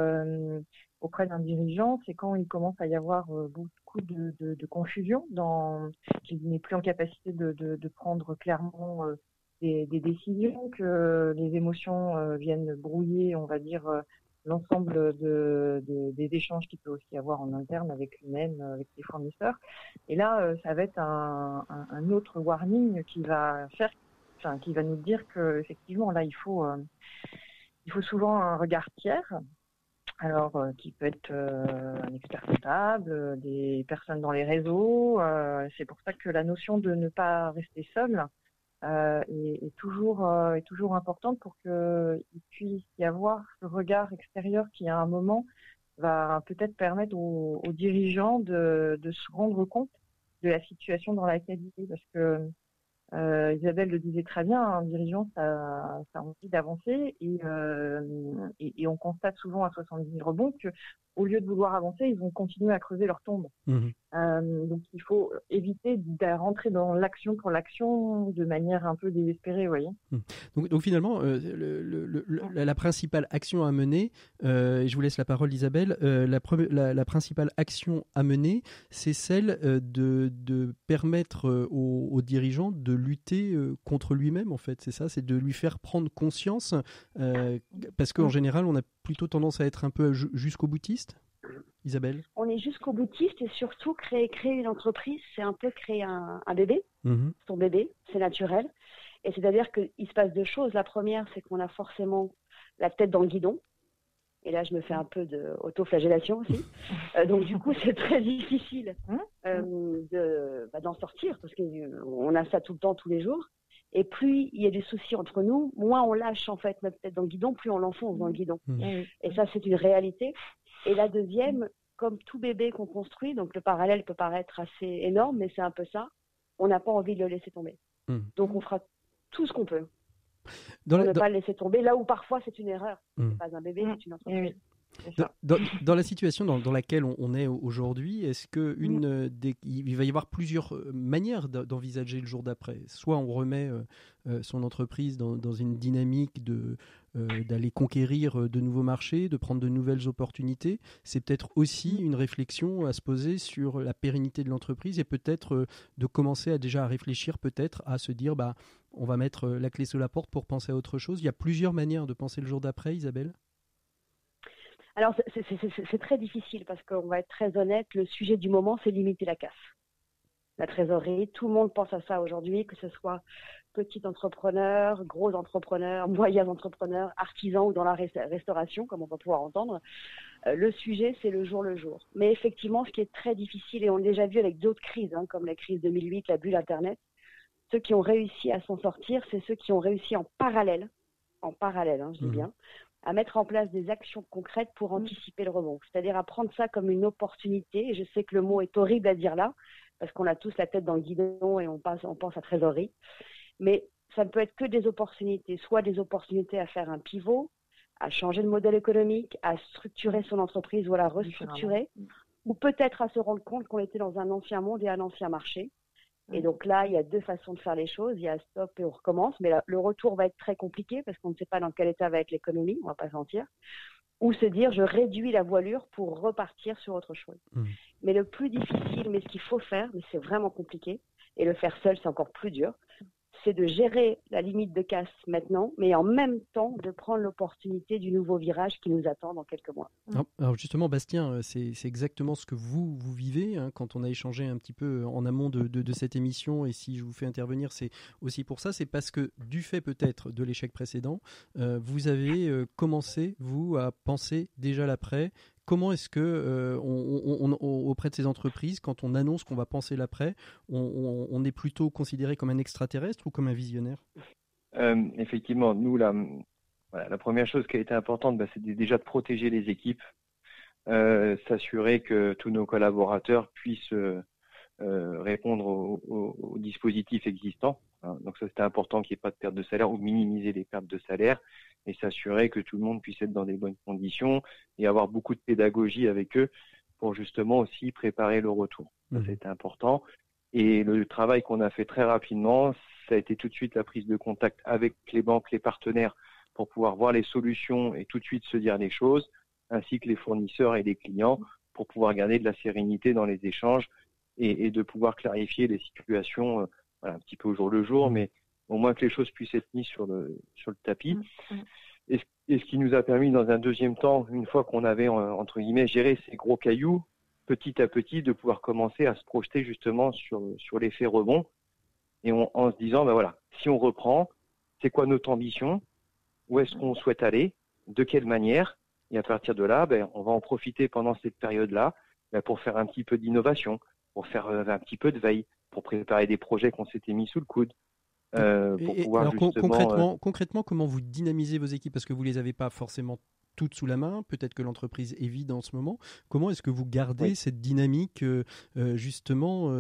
auprès d'un dirigeant, c'est quand il commence à y avoir beaucoup de confusion, qu'il n'est plus en capacité de prendre clairement des décisions, que les émotions viennent brouiller, on va dire, l'ensemble des échanges qu'il peut aussi y avoir en interne avec lui-même, avec ses fournisseurs. Et là, ça va être un autre warning qui va nous dire que effectivement là, il faut souvent un regard tiers. Alors, qui peut être un expert comptable, des personnes dans les réseaux. C'est pour ça que la notion de ne pas rester seul est toujours importante pour qu'il puisse y avoir ce regard extérieur qui, à un moment, va peut-être permettre aux dirigeants de se rendre compte de la situation dans laquelle il est. Parce que Isabelle le disait très bien, un dirigeant, ça a envie d'avancer et on constate souvent à 70 rebonds que au lieu de vouloir avancer, ils vont continuer à creuser leur tombe. Donc il faut éviter de rentrer dans l'action pour l'action de manière un peu désespérée, vous voyez. Donc finalement, la principale action à mener, et je vous laisse la parole Isabelle, la principale action à mener, c'est celle de permettre aux dirigeants de lutter contre lui-même, en fait, c'est ça, c'est de lui faire prendre conscience, parce qu'en général, on a plutôt tendance à être un peu jusqu'au boutiste. Isabelle? On est jusqu'au boutiste et surtout créer une entreprise, c'est un peu créer un bébé, son bébé, c'est naturel. Et c'est-à-dire qu'il se passe deux choses. La première, c'est qu'on a forcément la tête dans le guidon. Et là, je me fais un peu d'autoflagellation aussi. Donc, du coup, c'est très difficile d'en sortir parce qu'on a ça tout le temps, tous les jours. Et plus il y a des soucis entre nous, moins on lâche en fait notre tête dans le guidon, plus on l'enfonce dans le guidon. Et ça, c'est une réalité. Et la deuxième, comme tout bébé qu'on construit, donc le parallèle peut paraître assez énorme, mais c'est un peu ça, on n'a pas envie de le laisser tomber. Donc on fera tout ce qu'on peut pour ne pas le laisser tomber, là où parfois c'est une erreur. C'est pas un bébé, c'est une entreprise. Dans la situation dans laquelle on est aujourd'hui, est-ce que il va y avoir plusieurs manières d'envisager le jour d'après? Soit on remet son entreprise dans une dynamique d'aller conquérir de nouveaux marchés, de prendre de nouvelles opportunités. C'est peut-être aussi une réflexion à se poser sur la pérennité de l'entreprise et peut-être de commencer à réfléchir peut-être à se dire on va mettre la clé sous la porte pour penser à autre chose. Il y a plusieurs manières de penser le jour d'après, Isabelle. Alors, c'est très difficile parce qu'on va être très honnête, le sujet du moment, c'est limiter la casse. La trésorerie, tout le monde pense à ça aujourd'hui, que ce soit petit entrepreneur, gros entrepreneur, moyen entrepreneur, artisan ou dans la restauration, comme on va pouvoir entendre. Le sujet, c'est le jour. Mais effectivement, ce qui est très difficile, et on l'a déjà vu avec d'autres crises, comme la crise 2008, la bulle Internet, ceux qui ont réussi à s'en sortir, c'est ceux qui ont réussi en parallèle, je dis bien, à mettre en place des actions concrètes pour anticiper le rebond. C'est-à-dire à prendre ça comme une opportunité. Et je sais que le mot est horrible à dire là, parce qu'on a tous la tête dans le guidon et on pense à trésorerie. Mais ça ne peut être que des opportunités, soit des opportunités à faire un pivot, à changer de modèle économique, à structurer son entreprise ou à la restructurer, ou peut-être à se rendre compte qu'on était dans un ancien monde et un ancien marché. Et donc là, il y a deux façons de faire les choses. Il y a stop et on recommence. Mais là, le retour va être très compliqué parce qu'on ne sait pas dans quel état va être l'économie, on ne va pas se mentir. Ou se dire, je réduis la voilure pour repartir sur autre chose. Mais le plus difficile, mais ce qu'il faut faire, mais c'est vraiment compliqué, et le faire seul, c'est encore plus dur, c'est de gérer la limite de casse maintenant, mais en même temps de prendre l'opportunité du nouveau virage qui nous attend dans quelques mois. Alors justement, Bastien, c'est exactement ce que vous vivez quand on a échangé un petit peu en amont de cette émission. Et si je vous fais intervenir, c'est aussi pour ça. C'est parce que du fait peut-être de l'échec précédent, vous avez commencé, vous, à penser déjà l'après. Comment est-ce que, auprès de ces entreprises, quand on annonce qu'on va penser l'après, on est plutôt considéré comme un extraterrestre ou comme un visionnaire? Effectivement, nous, la première chose qui a été importante, c'est déjà de protéger les équipes, s'assurer que tous nos collaborateurs puissent répondre aux dispositifs existants. Donc ça, c'était important qu'il n'y ait pas de perte de salaire ou minimiser les pertes de salaire et s'assurer que tout le monde puisse être dans des bonnes conditions et avoir beaucoup de pédagogie avec eux pour justement aussi préparer le retour. Ça, c'était important. Et le travail qu'on a fait très rapidement, ça a été tout de suite la prise de contact avec les banques, les partenaires pour pouvoir voir les solutions et tout de suite se dire les choses, ainsi que les fournisseurs et les clients pour pouvoir garder de la sérénité dans les échanges et de pouvoir clarifier les situations un petit peu au jour le jour, mais au moins que les choses puissent être mises sur le tapis. Et ce qui nous a permis, dans un deuxième temps, une fois qu'on avait, entre guillemets, géré ces gros cailloux, petit à petit, de pouvoir commencer à se projeter justement sur l'effet rebond. Et en se disant, ben voilà, si on reprend, c'est quoi notre ambition? Où est-ce qu'on souhaite aller? De quelle manière? Et à partir de là, on va en profiter pendant cette période-là pour faire un petit peu d'innovation, pour faire un petit peu de veille, pour préparer des projets qu'on s'était mis sous le coude. Pour pouvoir alors, justement, concrètement, comment vous dynamisez vos équipes? Parce que vous les avez pas forcément toutes sous la main. Peut-être que l'entreprise est vide en ce moment. Comment est-ce que vous gardez cette dynamique justement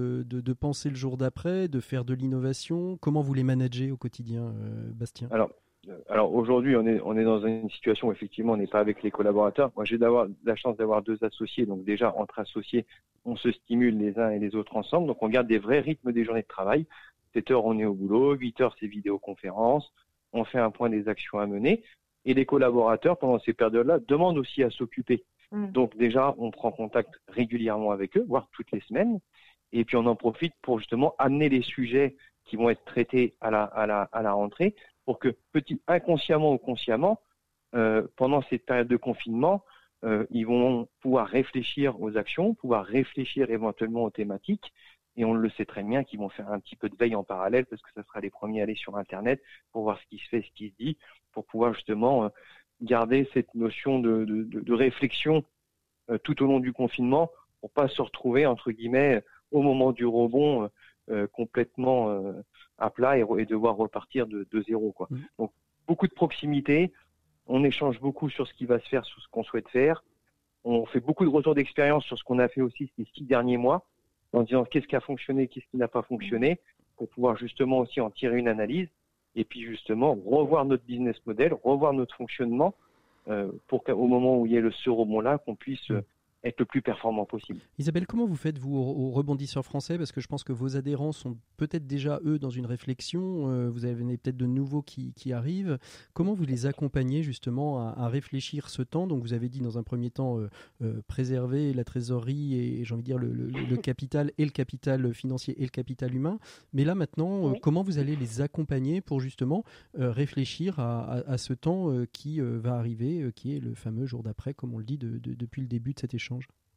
de penser le jour d'après, de faire de l'innovation? Comment vous les managez au quotidien, Bastien? Alors aujourd'hui, on est dans une situation où effectivement on n'est pas avec les collaborateurs. Moi, j'ai la chance d'avoir 2 associés. Donc déjà, entre associés, on se stimule les uns et les autres ensemble. Donc on garde des vrais rythmes des journées de travail. 7 heures, on est au boulot. 8 heures, c'est vidéoconférence. On fait un point des actions à mener. Et les collaborateurs, pendant ces périodes-là, demandent aussi à s'occuper. Donc déjà, on prend contact régulièrement avec eux, voire toutes les semaines. Et puis on en profite pour justement amener les sujets qui vont être traités à la rentrée, pour que inconsciemment ou consciemment, pendant cette période de confinement, ils vont pouvoir réfléchir aux actions, pouvoir réfléchir éventuellement aux thématiques. Et on le sait très bien qu'ils vont faire un petit peu de veille en parallèle, parce que ça sera les premiers à aller sur Internet pour voir ce qui se fait, ce qui se dit, pour pouvoir justement garder cette notion de réflexion tout au long du confinement, pour pas se retrouver, entre guillemets, au moment du rebond complètement à plat et devoir repartir de zéro, quoi. Donc beaucoup de proximité, on échange beaucoup sur ce qui va se faire, sur ce qu'on souhaite faire. On fait beaucoup de retours d'expérience sur ce qu'on a fait aussi ces 6 derniers mois, en disant qu'est-ce qui a fonctionné, qu'est-ce qui n'a pas fonctionné, pour pouvoir justement aussi en tirer une analyse, et puis justement revoir notre business model, revoir notre fonctionnement, pour qu'au moment où il y ait ce rebond-là, qu'on puisse être le plus performant possible. Isabelle, comment vous faites, vous, aux rebondisseurs français? Parce que je pense que vos adhérents sont peut-être déjà, eux, dans une réflexion. Vous avez peut-être de nouveaux qui arrivent. Comment vous les accompagnez, justement, à réfléchir ce temps? Donc, vous avez dit, dans un premier temps, préserver la trésorerie et j'ai envie de dire, le capital et le capital financier et le capital humain. Mais là, maintenant, comment vous allez les accompagner pour, justement, réfléchir à ce temps qui va arriver, qui est le fameux jour d'après, comme on le dit depuis le début de cet échange?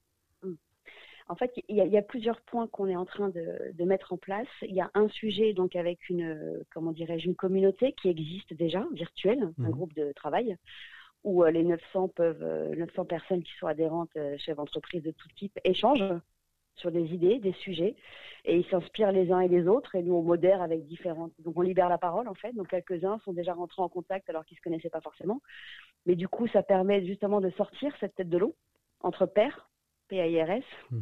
En fait, il y a plusieurs points qu'on est en train de mettre en place. Il y a un sujet donc avec une communauté qui existe déjà, virtuelle, un groupe de travail, où les 900 personnes qui sont adhérentes, chefs d'entreprise de tout type, échangent sur des idées, des sujets, et ils s'inspirent les uns et les autres, et nous on modère avec différentes. Donc on libère la parole en fait. Donc quelques-uns sont déjà rentrés en contact alors qu'ils se connaissaient pas forcément, mais du coup ça permet justement de sortir cette tête de l'eau entre pairs, PAIRS.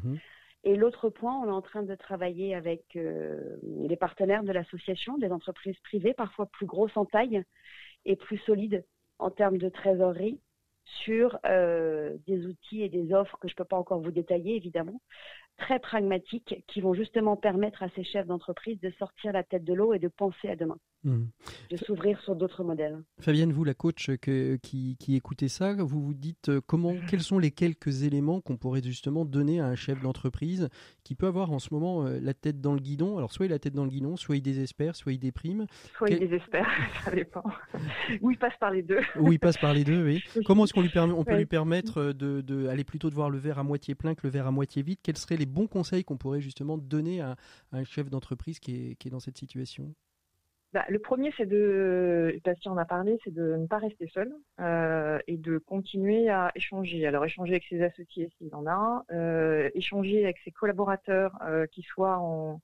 Et l'autre point, on est en train de travailler avec les partenaires de l'association, des entreprises privées, parfois plus grosses en taille et plus solides en termes de trésorerie, sur des outils et des offres que je ne peux pas encore vous détailler, évidemment, très pragmatiques, qui vont justement permettre à ces chefs d'entreprise de sortir la tête de l'eau et de penser à demain. De s'ouvrir sur d'autres modèles. Fabienne, vous, la coach qui écoutez ça, vous vous dites quels sont les quelques éléments qu'on pourrait justement donner à un chef d'entreprise qui peut avoir en ce moment la tête dans le guidon. Alors soit il a la tête dans le guidon, soit il désespère, soit il déprime. Soit il désespère, ça dépend. Ou il passe par les deux. Ou il passe par les deux, oui. Comment est-ce qu'on peut lui permettre de aller plutôt de voir le verre à moitié plein que le verre à moitié vide? Quels seraient les bons conseils qu'on pourrait justement donner à un chef d'entreprise qui est dans cette situation? Le premier, Bastien en a parlé, c'est de ne pas rester seul et de continuer à échanger. Alors échanger avec ses associés s'il en a, échanger avec ses collaborateurs, qui soient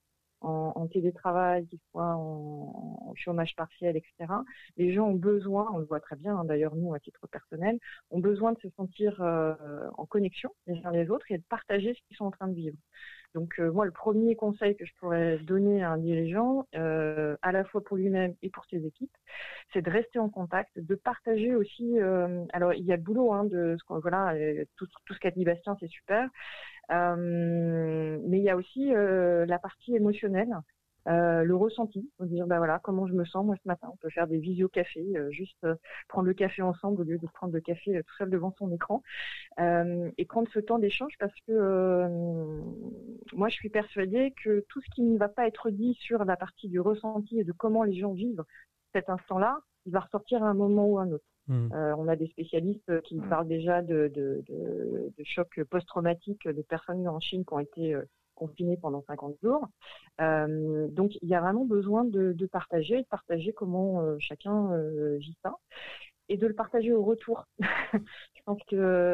en télétravail, qui soient en chômage partiel, etc. Les gens ont besoin, on le voit très bien, d'ailleurs nous à titre personnel, ont besoin de se sentir en connexion les uns les autres et de partager ce qu'ils sont en train de vivre. Donc moi, le premier conseil que je pourrais donner à un dirigeant, à la fois pour lui-même et pour ses équipes, c'est de rester en contact, de partager aussi. Alors il y a le boulot, tout ce qu'a dit Bastien, c'est super, mais il y a aussi la partie émotionnelle. Le ressenti, on dire comment je me sens moi ce matin. On peut faire des visio-cafés, juste prendre le café ensemble au lieu de prendre le café tout seul devant son écran, et prendre ce temps d'échange parce que moi je suis persuadée que tout ce qui ne va pas être dit sur la partie du ressenti et de comment les gens vivent cet instant-là, il va ressortir à un moment ou à un autre. On a des spécialistes qui parlent déjà de choc post-traumatique des personnes en Chine qui ont été confinées pendant 50 jours. Donc, il y a vraiment besoin de partager comment chacun vit ça. Et de le partager au retour. Je pense que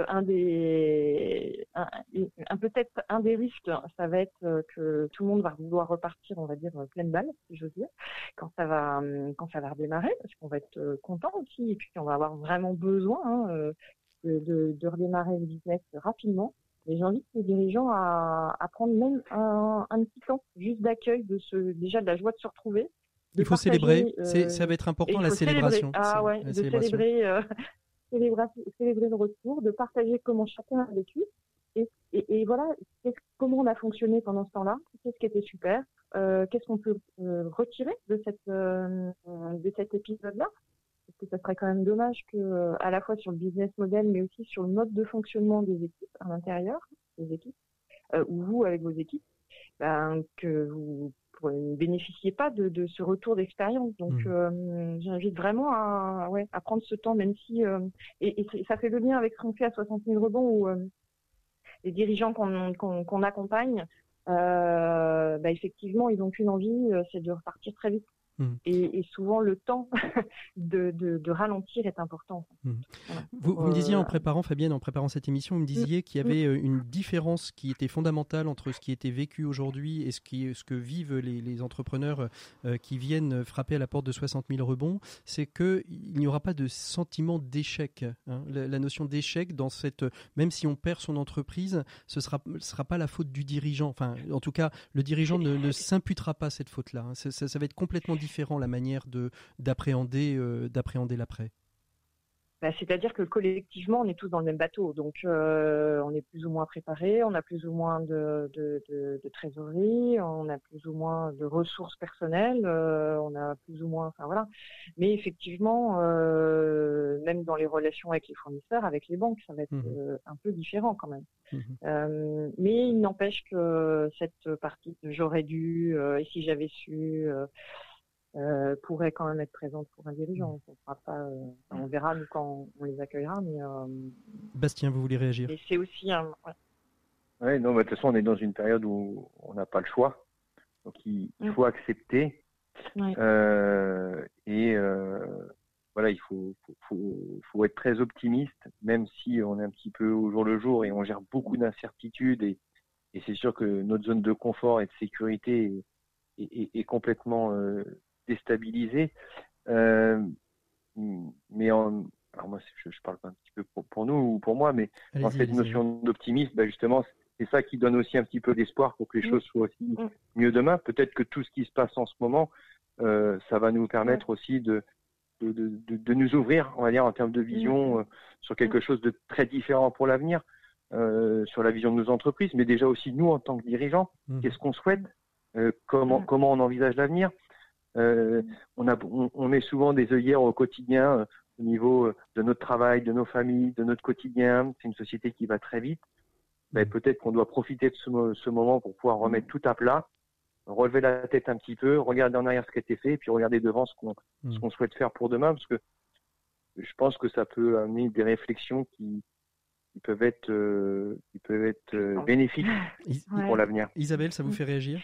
peut-être un des risques, ça va être que tout le monde va vouloir repartir, on va dire, pleine balle, si j'ose dire, quand ça va redémarrer, parce qu'on va être content aussi, et puis on va avoir vraiment besoin de redémarrer le business rapidement. Et j'invite les dirigeants à prendre même un petit temps juste d'accueil déjà de la joie de se retrouver. Il faut célébrer, ça va être important, la célébration. Célébrer le retour, de partager comment chacun a vécu et voilà, comment on a fonctionné pendant ce temps-là, qu'est-ce qui était super, qu'est-ce qu'on peut retirer de cet épisode-là, parce que ça serait quand même dommage que, à la fois sur le business model, mais aussi sur le mode de fonctionnement des équipes à l'intérieur, des équipes, ou vous avec vos équipes, que vous ne bénéficiez pas de ce retour d'expérience. Donc, j'invite vraiment à prendre ce temps, même si... et ça fait le lien avec ce qu'on fait à 60 000 rebonds, où les dirigeants qu'on accompagne, effectivement, ils n'ont qu'une envie, c'est de repartir très vite. Et souvent, le temps de ralentir est important. Voilà. Vous me disiez Fabienne, en préparant cette émission, vous me disiez qu'il y avait une différence qui était fondamentale entre ce qui était vécu aujourd'hui et ce que vivent les entrepreneurs qui viennent frapper à la porte de 60 000 rebonds, c'est qu'il n'y aura pas de sentiment d'échec. La notion d'échec, même si on perd son entreprise, ce sera pas la faute du dirigeant. Enfin, en tout cas, le dirigeant ne s'imputera pas cette faute-là. Ça va être complètement différent la manière d'appréhender l'après. C'est-à-dire que collectivement, on est tous dans le même bateau. Donc, on est plus ou moins préparés, on a plus ou moins de trésorerie, on a plus ou moins de ressources personnelles, on a plus ou moins... Enfin, voilà. Mais effectivement, même dans les relations avec les fournisseurs, avec les banques, ça va être un peu différent quand même. Mais il n'empêche que cette partie de j'aurais dû, et si j'avais su... pourrait quand même être présente pour un dirigeant. On verra nous quand on les accueillera. Mais, Bastien, vous voulez réagir? Et c'est aussi un... Ouais, non, de toute façon, on est dans une période où on n'a pas le choix. Donc, il faut accepter. Voilà, il faut être très optimiste, même si on est un petit peu au jour le jour et on gère beaucoup d'incertitudes. Et c'est sûr que notre zone de confort et de sécurité est complètement... déstabilisé, mais alors moi je parle pas un petit peu pour nous ou pour moi, mais dans cette notion d'optimisme, justement c'est ça qui donne aussi un petit peu d'espoir pour que les choses soient aussi mieux demain. Peut-être que tout ce qui se passe en ce moment, ça va nous permettre aussi de nous ouvrir, on va dire, en termes de vision sur quelque chose de très différent pour l'avenir, sur la vision de nos entreprises, mais déjà aussi nous en tant que dirigeants, qu'est-ce qu'on souhaite, comment on envisage l'avenir. On met souvent des œillères au quotidien au niveau de notre travail, de nos familles, de notre quotidien. C'est une société qui va très vite. Peut-être qu'on doit profiter de ce moment pour pouvoir remettre tout à plat, relever la tête un petit peu, regarder en arrière ce qui a été fait et puis regarder devant ce qu'on souhaite faire pour demain, parce que je pense que ça peut amener des réflexions qui peuvent être bénéfiques pour l'avenir. Isabelle, ça vous fait réagir?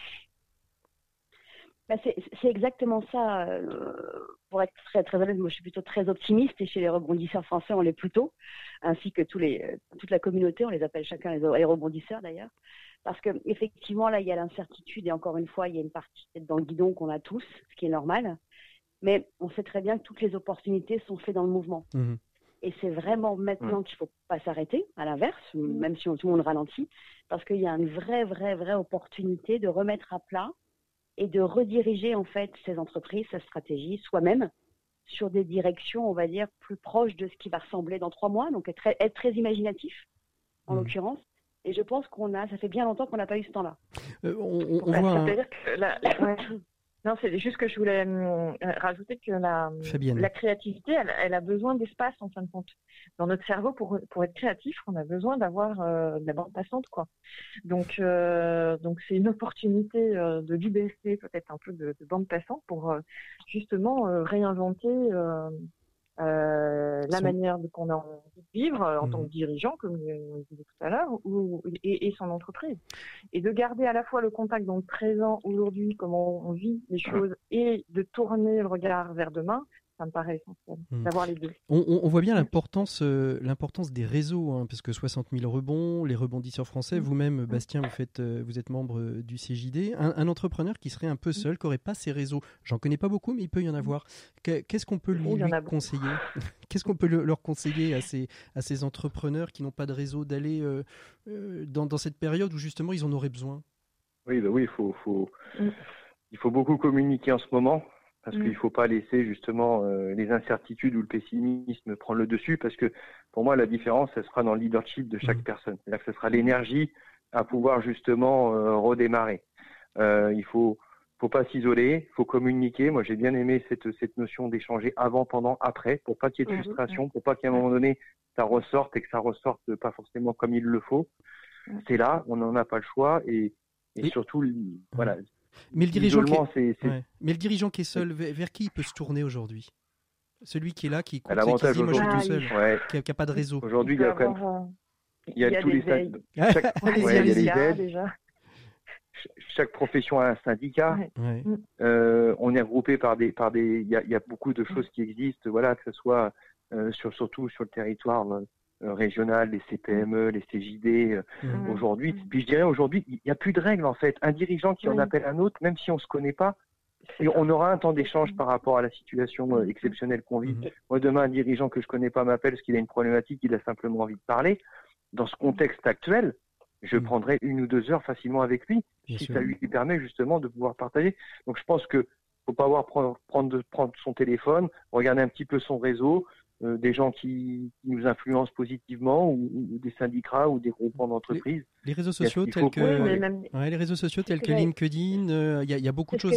C'est exactement ça. Pour être très, très honnête, moi je suis plutôt très optimiste et chez les rebondisseurs français, on l'est plutôt, ainsi que toute la communauté, on les appelle chacun les rebondisseurs d'ailleurs, parce qu'effectivement là il y a l'incertitude et encore une fois il y a une partie dans le guidon qu'on a tous, ce qui est normal, mais on sait très bien que toutes les opportunités sont faites dans le mouvement. Et c'est vraiment maintenant qu'il ne faut pas s'arrêter, à l'inverse, même si tout le monde ralentit, parce qu'il y a une vraie opportunité de remettre à plat et de rediriger en fait ces entreprises, sa stratégie, soi-même, sur des directions, on va dire, plus proches de ce qui va ressembler dans 3 mois, donc être très imaginatif, en l'occurrence. Et je pense ça fait bien longtemps qu'on n'a pas eu ce temps-là. C'est-à-dire que non, c'est juste que je voulais rajouter que la créativité, elle a besoin d'espace en fin de compte. Dans notre cerveau, pour être créatif, on a besoin d'avoir de la bande passante, quoi. Donc c'est une opportunité de libérer peut-être un peu de bande passante pour justement réinventer la manière qu'on a envie de vivre en tant que dirigeant, comme je disais tout à l'heure, et son entreprise. Et de garder à la fois le contact dans le présent, aujourd'hui, comment on vit les choses, et de tourner le regard vers demain, ça me paraît essentiel, d'avoir les deux. On voit bien l'importance des réseaux, parce que 60 000 rebonds, les rebondisseurs français, vous-même, Bastien, vous êtes membre du CJD. Un entrepreneur qui serait un peu seul, qui n'aurait pas ces réseaux, j'en connais pas beaucoup, mais il peut y en avoir. Qu'est-ce qu'on peut lui conseiller? Qu'est-ce qu'on peut leur conseiller à ces entrepreneurs qui n'ont pas de réseau d'aller dans cette période où justement ils en auraient besoin? Oui, il faut beaucoup communiquer en ce moment. Parce qu'il ne faut pas laisser justement les incertitudes ou le pessimisme prendre le dessus, parce que pour moi, la différence, elle sera dans le leadership de chaque personne. C'est-à-dire que ce sera l'énergie à pouvoir justement redémarrer. Il faut pas s'isoler, il faut communiquer. Moi, j'ai bien aimé cette notion d'échanger avant, pendant, après, pour pas qu'il y ait de frustration, pour pas qu'à un moment donné, ça ressorte et que ça ressorte pas forcément comme il le faut. C'est là, on n'en a pas le choix et surtout, voilà. Mais le dirigeant qui est seul, vers qui il peut se tourner aujourd'hui? Celui qui est là, qui dit moi je suis tout seul, qui n'a pas de réseau. Aujourd'hui, il y a quand même, il y a tous les déjà. Chaque profession a un syndicat. On est regroupé par des. Il y a beaucoup de choses qui existent. Voilà, que ce soit surtout sur le territoire régional, les CPME, les CJD, aujourd'hui. Puis je dirais aujourd'hui, il n'y a plus de règles en fait. Un dirigeant qui en appelle un autre, même si on ne se connaît pas, et on aura un temps d'échange par rapport à la situation exceptionnelle qu'on vit. Moi, demain, un dirigeant que je ne connais pas m'appelle parce qu'il a une problématique, il a simplement envie de parler. Dans ce contexte actuel, je prendrai 1 ou 2 heures facilement avec lui, si ça lui permet justement de pouvoir partager. Donc je pense que faut pas prendre son téléphone, regarder un petit peu son réseau, des gens qui nous influencent positivement ou des syndicats ou des groupements d'entreprises. Les réseaux sociaux tels que LinkedIn, il y a beaucoup de choses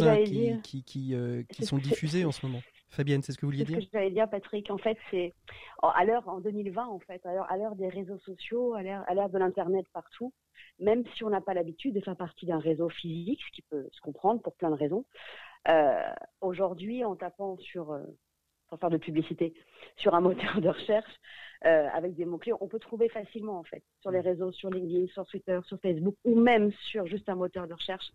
qui sont diffusées en ce moment. Fabienne, c'est ce que vous vouliez dire? Ce que j'allais dire, Patrick, en fait, c'est à l'heure, en 2020, en fait, à l'heure des réseaux sociaux, à l'heure de l'Internet partout, même si on n'a pas l'habitude de faire partie d'un réseau physique, ce qui peut se comprendre pour plein de raisons, aujourd'hui, en tapant sans faire de publicité, sur un moteur de recherche, avec des mots-clés, on peut trouver facilement, en fait, sur les réseaux, sur LinkedIn, sur Twitter, sur Facebook, ou même sur juste un moteur de recherche,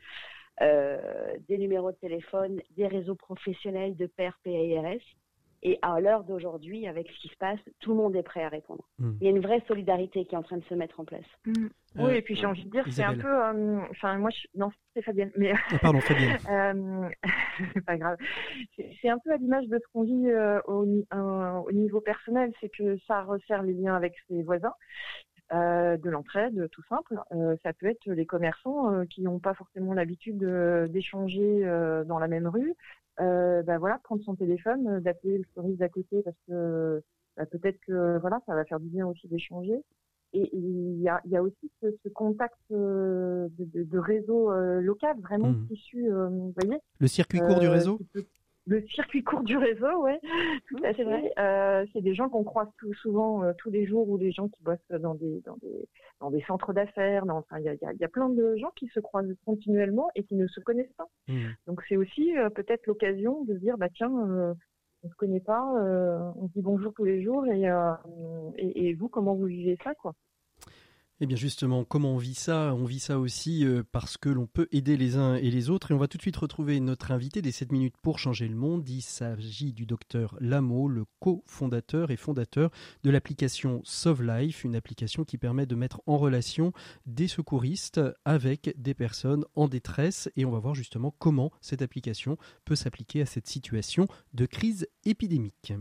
des numéros de téléphone, des réseaux professionnels de pairs PAIRS. Et à l'heure d'aujourd'hui, avec ce qui se passe, tout le monde est prêt à répondre. Il y a une vraie solidarité qui est en train de se mettre en place. Oui, et puis j'ai envie de dire, c'est un peu... non, c'est Fabienne. Mais... Pardon, Fabienne. C'est pas grave. C'est un peu à l'image de ce qu'on vit au niveau personnel, c'est que ça resserre les liens avec ses voisins. De l'entraide, tout simple. Ça peut être les commerçants qui n'ont pas forcément l'habitude d'échanger dans la même rue. Prendre son téléphone, d'appeler le fleuriste d'à côté parce que peut-être que ça va faire du bien aussi d'échanger. Et il y a aussi ce contact de réseau local vraiment issu, vous voyez. Le circuit court du réseau. Le circuit court du réseau, ouais, tout à fait. Vrai. C'est des gens qu'on croise souvent tous les jours, ou des gens qui bossent dans des centres d'affaires. Il y a plein de gens qui se croisent continuellement et qui ne se connaissent pas. Donc c'est aussi peut-être l'occasion de se dire on se connaît pas, on se dit bonjour tous les jours et vous, comment vous vivez ça, quoi. Eh bien justement, comment on vit ça? On vit ça aussi parce que l'on peut aider les uns et les autres. Et on va tout de suite retrouver notre invité des 7 minutes pour changer le monde. Il s'agit du docteur Lameau, le cofondateur et fondateur de l'application Sauve Life, une application qui permet de mettre en relation des secouristes avec des personnes en détresse. Et on va voir justement comment cette application peut s'appliquer à cette situation de crise épidémique.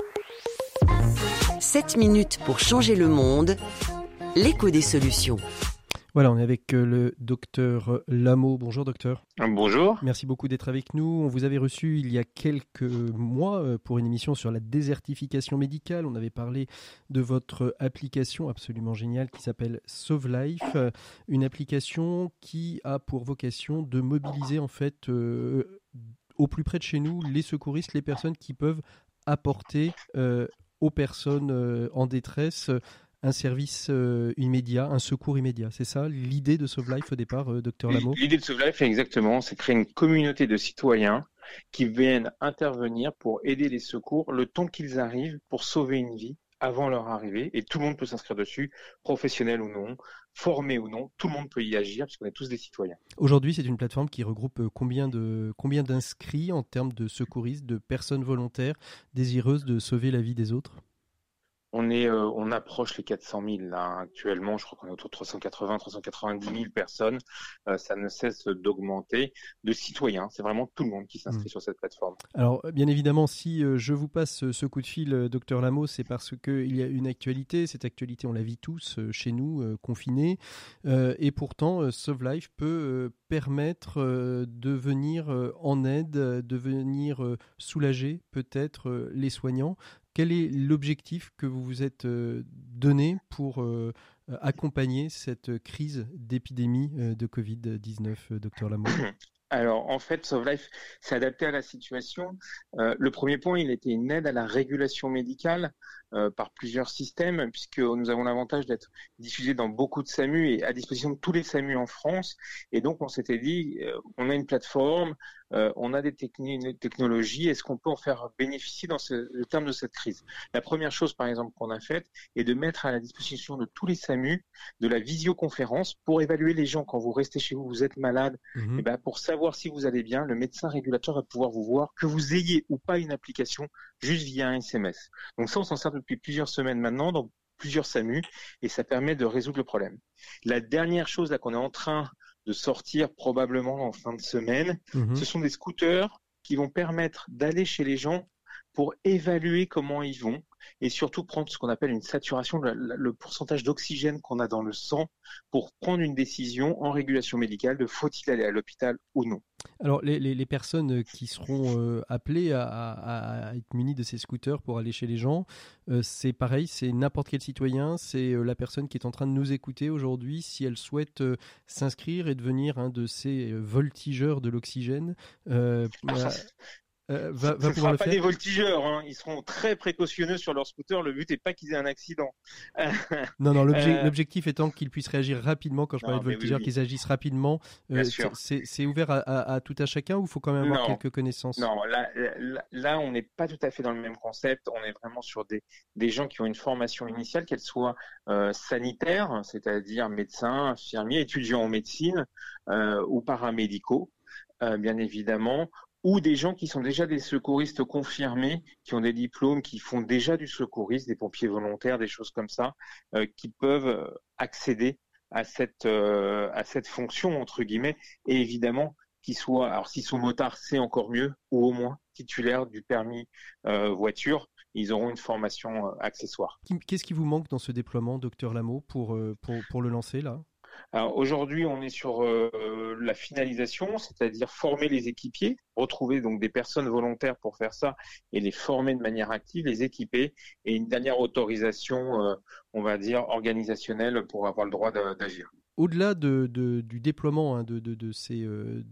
7 minutes pour changer le monde. L'écho des solutions. Voilà, on est avec le docteur Lameau. Bonjour docteur. Bonjour. Merci beaucoup d'être avec nous. On vous avait reçu il y a quelques mois pour une émission sur la désertification médicale. On avait parlé de votre application absolument géniale qui s'appelle Sauve Life, une application qui a pour vocation de mobiliser en fait au plus près de chez nous les secouristes, les personnes qui peuvent apporter aux personnes en détresse un service immédiat, un secours immédiat. C'est ça l'idée de Sauve Life au départ, docteur Lameau? L'idée de Sauve Life, exactement, c'est créer une communauté de citoyens qui viennent intervenir pour aider les secours le temps qu'ils arrivent pour sauver une vie avant leur arrivée, et tout le monde peut s'inscrire dessus, professionnel ou non, formé ou non, tout le monde peut y agir puisqu'on est tous des citoyens. Aujourd'hui, c'est une plateforme qui regroupe combien d'inscrits en termes de secouristes, de personnes volontaires désireuses de sauver la vie des autres ? On approche les 400 000 là actuellement. Je crois qu'on est autour de 390 000 personnes. Ça ne cesse d'augmenter de citoyens. C'est vraiment tout le monde qui s'inscrit sur cette plateforme. Alors, bien évidemment, si je vous passe ce coup de fil, Dr Lamo, c'est parce qu'il y a une actualité. Cette actualité, on la vit tous chez nous, confinés. Et pourtant, Sauve Life peut permettre de venir en aide, de venir soulager peut-être les soignants. Quel est l'objectif que vous vous êtes donné pour accompagner cette crise d'épidémie de Covid-19, Dr Lamo ? Alors, en fait, Sauve Life s'est adapté à la situation. Le premier point, il était une aide à la régulation médicale par plusieurs systèmes, puisque nous avons l'avantage d'être diffusés dans beaucoup de SAMU et à disposition de tous les SAMU en France. Et donc, on s'était dit, on a une plateforme, on a des technologies, est-ce qu'on peut en faire bénéficier dans le terme de cette crise ? La première chose, par exemple, qu'on a faite est de mettre à la disposition de tous les SAMU de la visioconférence pour évaluer les gens quand vous restez chez vous, vous êtes malade, et ben pour savoir si vous allez bien, le médecin régulateur va pouvoir vous voir, que vous ayez ou pas une application, juste via un SMS. Donc ça, on s'en sert depuis plusieurs semaines maintenant, dans plusieurs SAMU, et ça permet de résoudre le problème. La dernière chose là qu'on est en train de sortir probablement en fin de semaine, ce sont des scooters qui vont permettre d'aller chez les gens pour évaluer comment ils vont et surtout prendre ce qu'on appelle une saturation, le pourcentage d'oxygène qu'on a dans le sang pour prendre une décision en régulation médicale de faut-il aller à l'hôpital ou non. Alors les personnes qui seront appelées à être munies de ces scooters pour aller chez les gens, c'est pareil, c'est n'importe quel citoyen, c'est la personne qui est en train de nous écouter aujourd'hui, si elle souhaite s'inscrire et devenir un de ces voltigeurs de l'oxygène. Ce ne sera pas des voltigeurs, hein. Ils seront très précautionneux sur leur scooter. Le but n'est pas qu'ils aient un accident. Non, l'objectif étant qu'ils puissent réagir rapidement. Quand je parlais de voltigeurs, qu'ils agissent rapidement. C'est ouvert à tout à chacun ou il faut quand même avoir quelques connaissances ? Non, là, on n'est pas tout à fait dans le même concept. On est vraiment sur des gens qui ont une formation initiale, qu'elle soit sanitaire, c'est-à-dire médecins, infirmiers, étudiants en médecine ou paramédicaux, bien évidemment, ou des gens qui sont déjà des secouristes confirmés, qui ont des diplômes, qui font déjà du secourisme, des pompiers volontaires, des choses comme ça, qui peuvent accéder à cette fonction, entre guillemets, et évidemment, qu'ils soient, alors s'ils sont motards, c'est encore mieux, ou au moins titulaires du permis voiture, ils auront une formation accessoire. Qu'est-ce qui vous manque dans ce déploiement, Dr Lamo, pour le lancer, là ? Alors aujourd'hui, on est sur la finalisation, c'est-à-dire former les équipiers, retrouver donc des personnes volontaires pour faire ça et les former de manière active, les équiper, et une dernière autorisation, on va dire, organisationnelle pour avoir le droit d'agir. Au-delà du déploiement de ces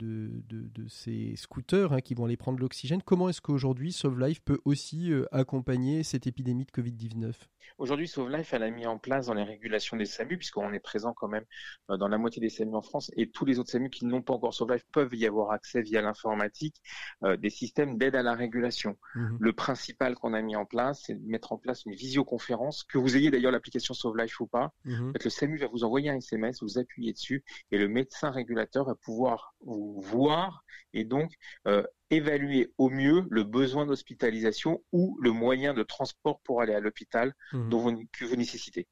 scooters qui vont aller prendre l'oxygène, comment est-ce qu'aujourd'hui Sauve Life peut aussi accompagner cette épidémie de Covid-19 ? Aujourd'hui, Sauve Life, elle a mis en place dans les régulations des SAMU, puisqu'on est présent quand même dans la moitié des SAMU en France, et tous les autres SAMU qui n'ont pas encore Sauve Life peuvent y avoir accès via l'informatique, des systèmes d'aide à la régulation. Le principal qu'on a mis en place, c'est de mettre en place une visioconférence, que vous ayez d'ailleurs l'application Sauve Life ou pas. Le SAMU va vous envoyer un SMS, vous appuyez dessus, et le médecin régulateur va pouvoir vous voir et donc évaluer au mieux le besoin d'hospitalisation ou le moyen de transport pour aller à l'hôpital que vous nécessitez.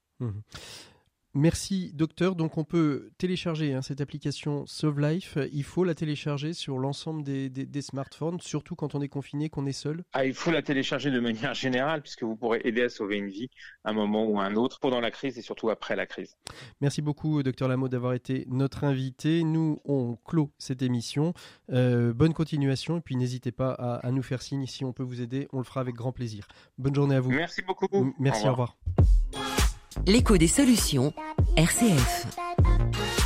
Merci docteur. Donc on peut télécharger cette application Sauve Life. Il faut la télécharger sur l'ensemble des smartphones, surtout quand on est confiné, qu'on est seul. Il faut la télécharger de manière générale puisque vous pourrez aider à sauver une vie à un moment ou à un autre pendant la crise et surtout après la crise. Merci beaucoup docteur Lamo d'avoir été notre invité. Nous, on clôt cette émission. Bonne continuation et puis n'hésitez pas à nous faire signe si on peut vous aider. On le fera avec grand plaisir. Bonne journée à vous. Merci beaucoup. Merci, au revoir. L'écho des solutions, RCF.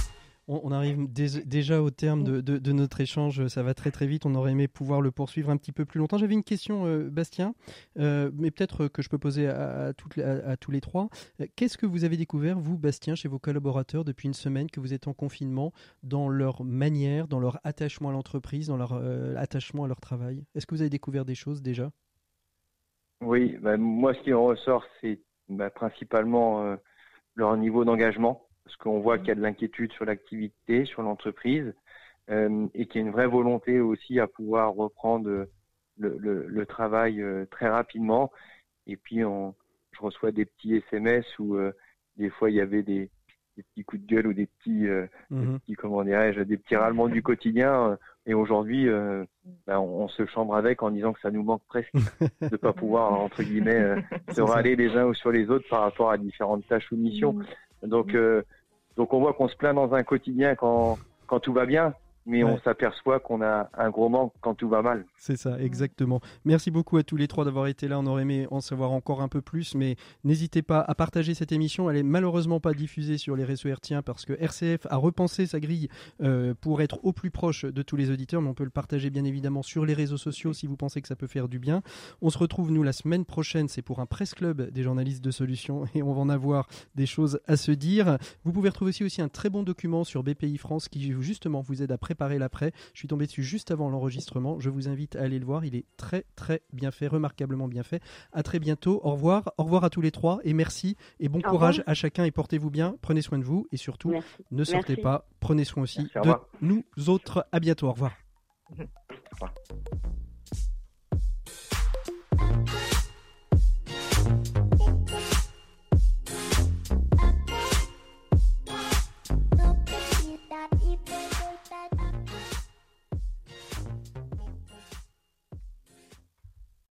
On arrive déjà au terme de notre échange, ça va très très vite, on aurait aimé pouvoir le poursuivre un petit peu plus longtemps. J'avais une question, Bastien, mais peut-être que je peux poser à tous les trois. Qu'est-ce que vous avez découvert, vous, Bastien, chez vos collaborateurs depuis une semaine que vous êtes en confinement, dans leur manière, dans leur attachement à l'entreprise, dans leur attachement à leur travail? Est-ce que vous avez découvert des choses déjà? Oui, moi ce qui en ressort, c'est principalement leur niveau d'engagement. Parce qu'on voit qu'il y a de l'inquiétude sur l'activité, sur l'entreprise, et qu'il y a une vraie volonté aussi à pouvoir reprendre le travail très rapidement. Et puis, je reçois des petits SMS où des fois il y avait des petits coups de gueule ou des petits comment dirais-je, des petits râlements du quotidien. Et aujourd'hui, on se chambre avec en disant que ça nous manque presque de pas pouvoir, entre guillemets, se râler les uns ou sur les autres par rapport à différentes tâches ou missions. Donc on voit qu'on se plaint dans un quotidien quand tout va bien, mais on s'aperçoit qu'on a un gros manque quand tout va mal. C'est ça, exactement. Merci beaucoup à tous les trois d'avoir été là. On aurait aimé en savoir encore un peu plus, mais n'hésitez pas à partager cette émission. Elle est malheureusement pas diffusée sur les réseaux hertziens parce que RCF a repensé sa grille pour être au plus proche de tous les auditeurs, mais on peut le partager bien évidemment sur les réseaux sociaux si vous pensez que ça peut faire du bien. On se retrouve nous la semaine prochaine, c'est pour un presse club des journalistes de Solutions et on va en avoir des choses à se dire. Vous pouvez retrouver aussi un très bon document sur BPI France qui justement vous aide à préparer l'après. Je suis tombé dessus juste avant l'enregistrement. Je vous invite à aller le voir. Il est très très bien fait, remarquablement bien fait. À très bientôt. Au revoir. Au revoir à tous les trois et merci et bon courage à chacun et portez-vous bien. Prenez soin de vous et surtout ne sortez pas. Prenez soin aussi de nous autres. À bientôt. Au revoir. Au revoir.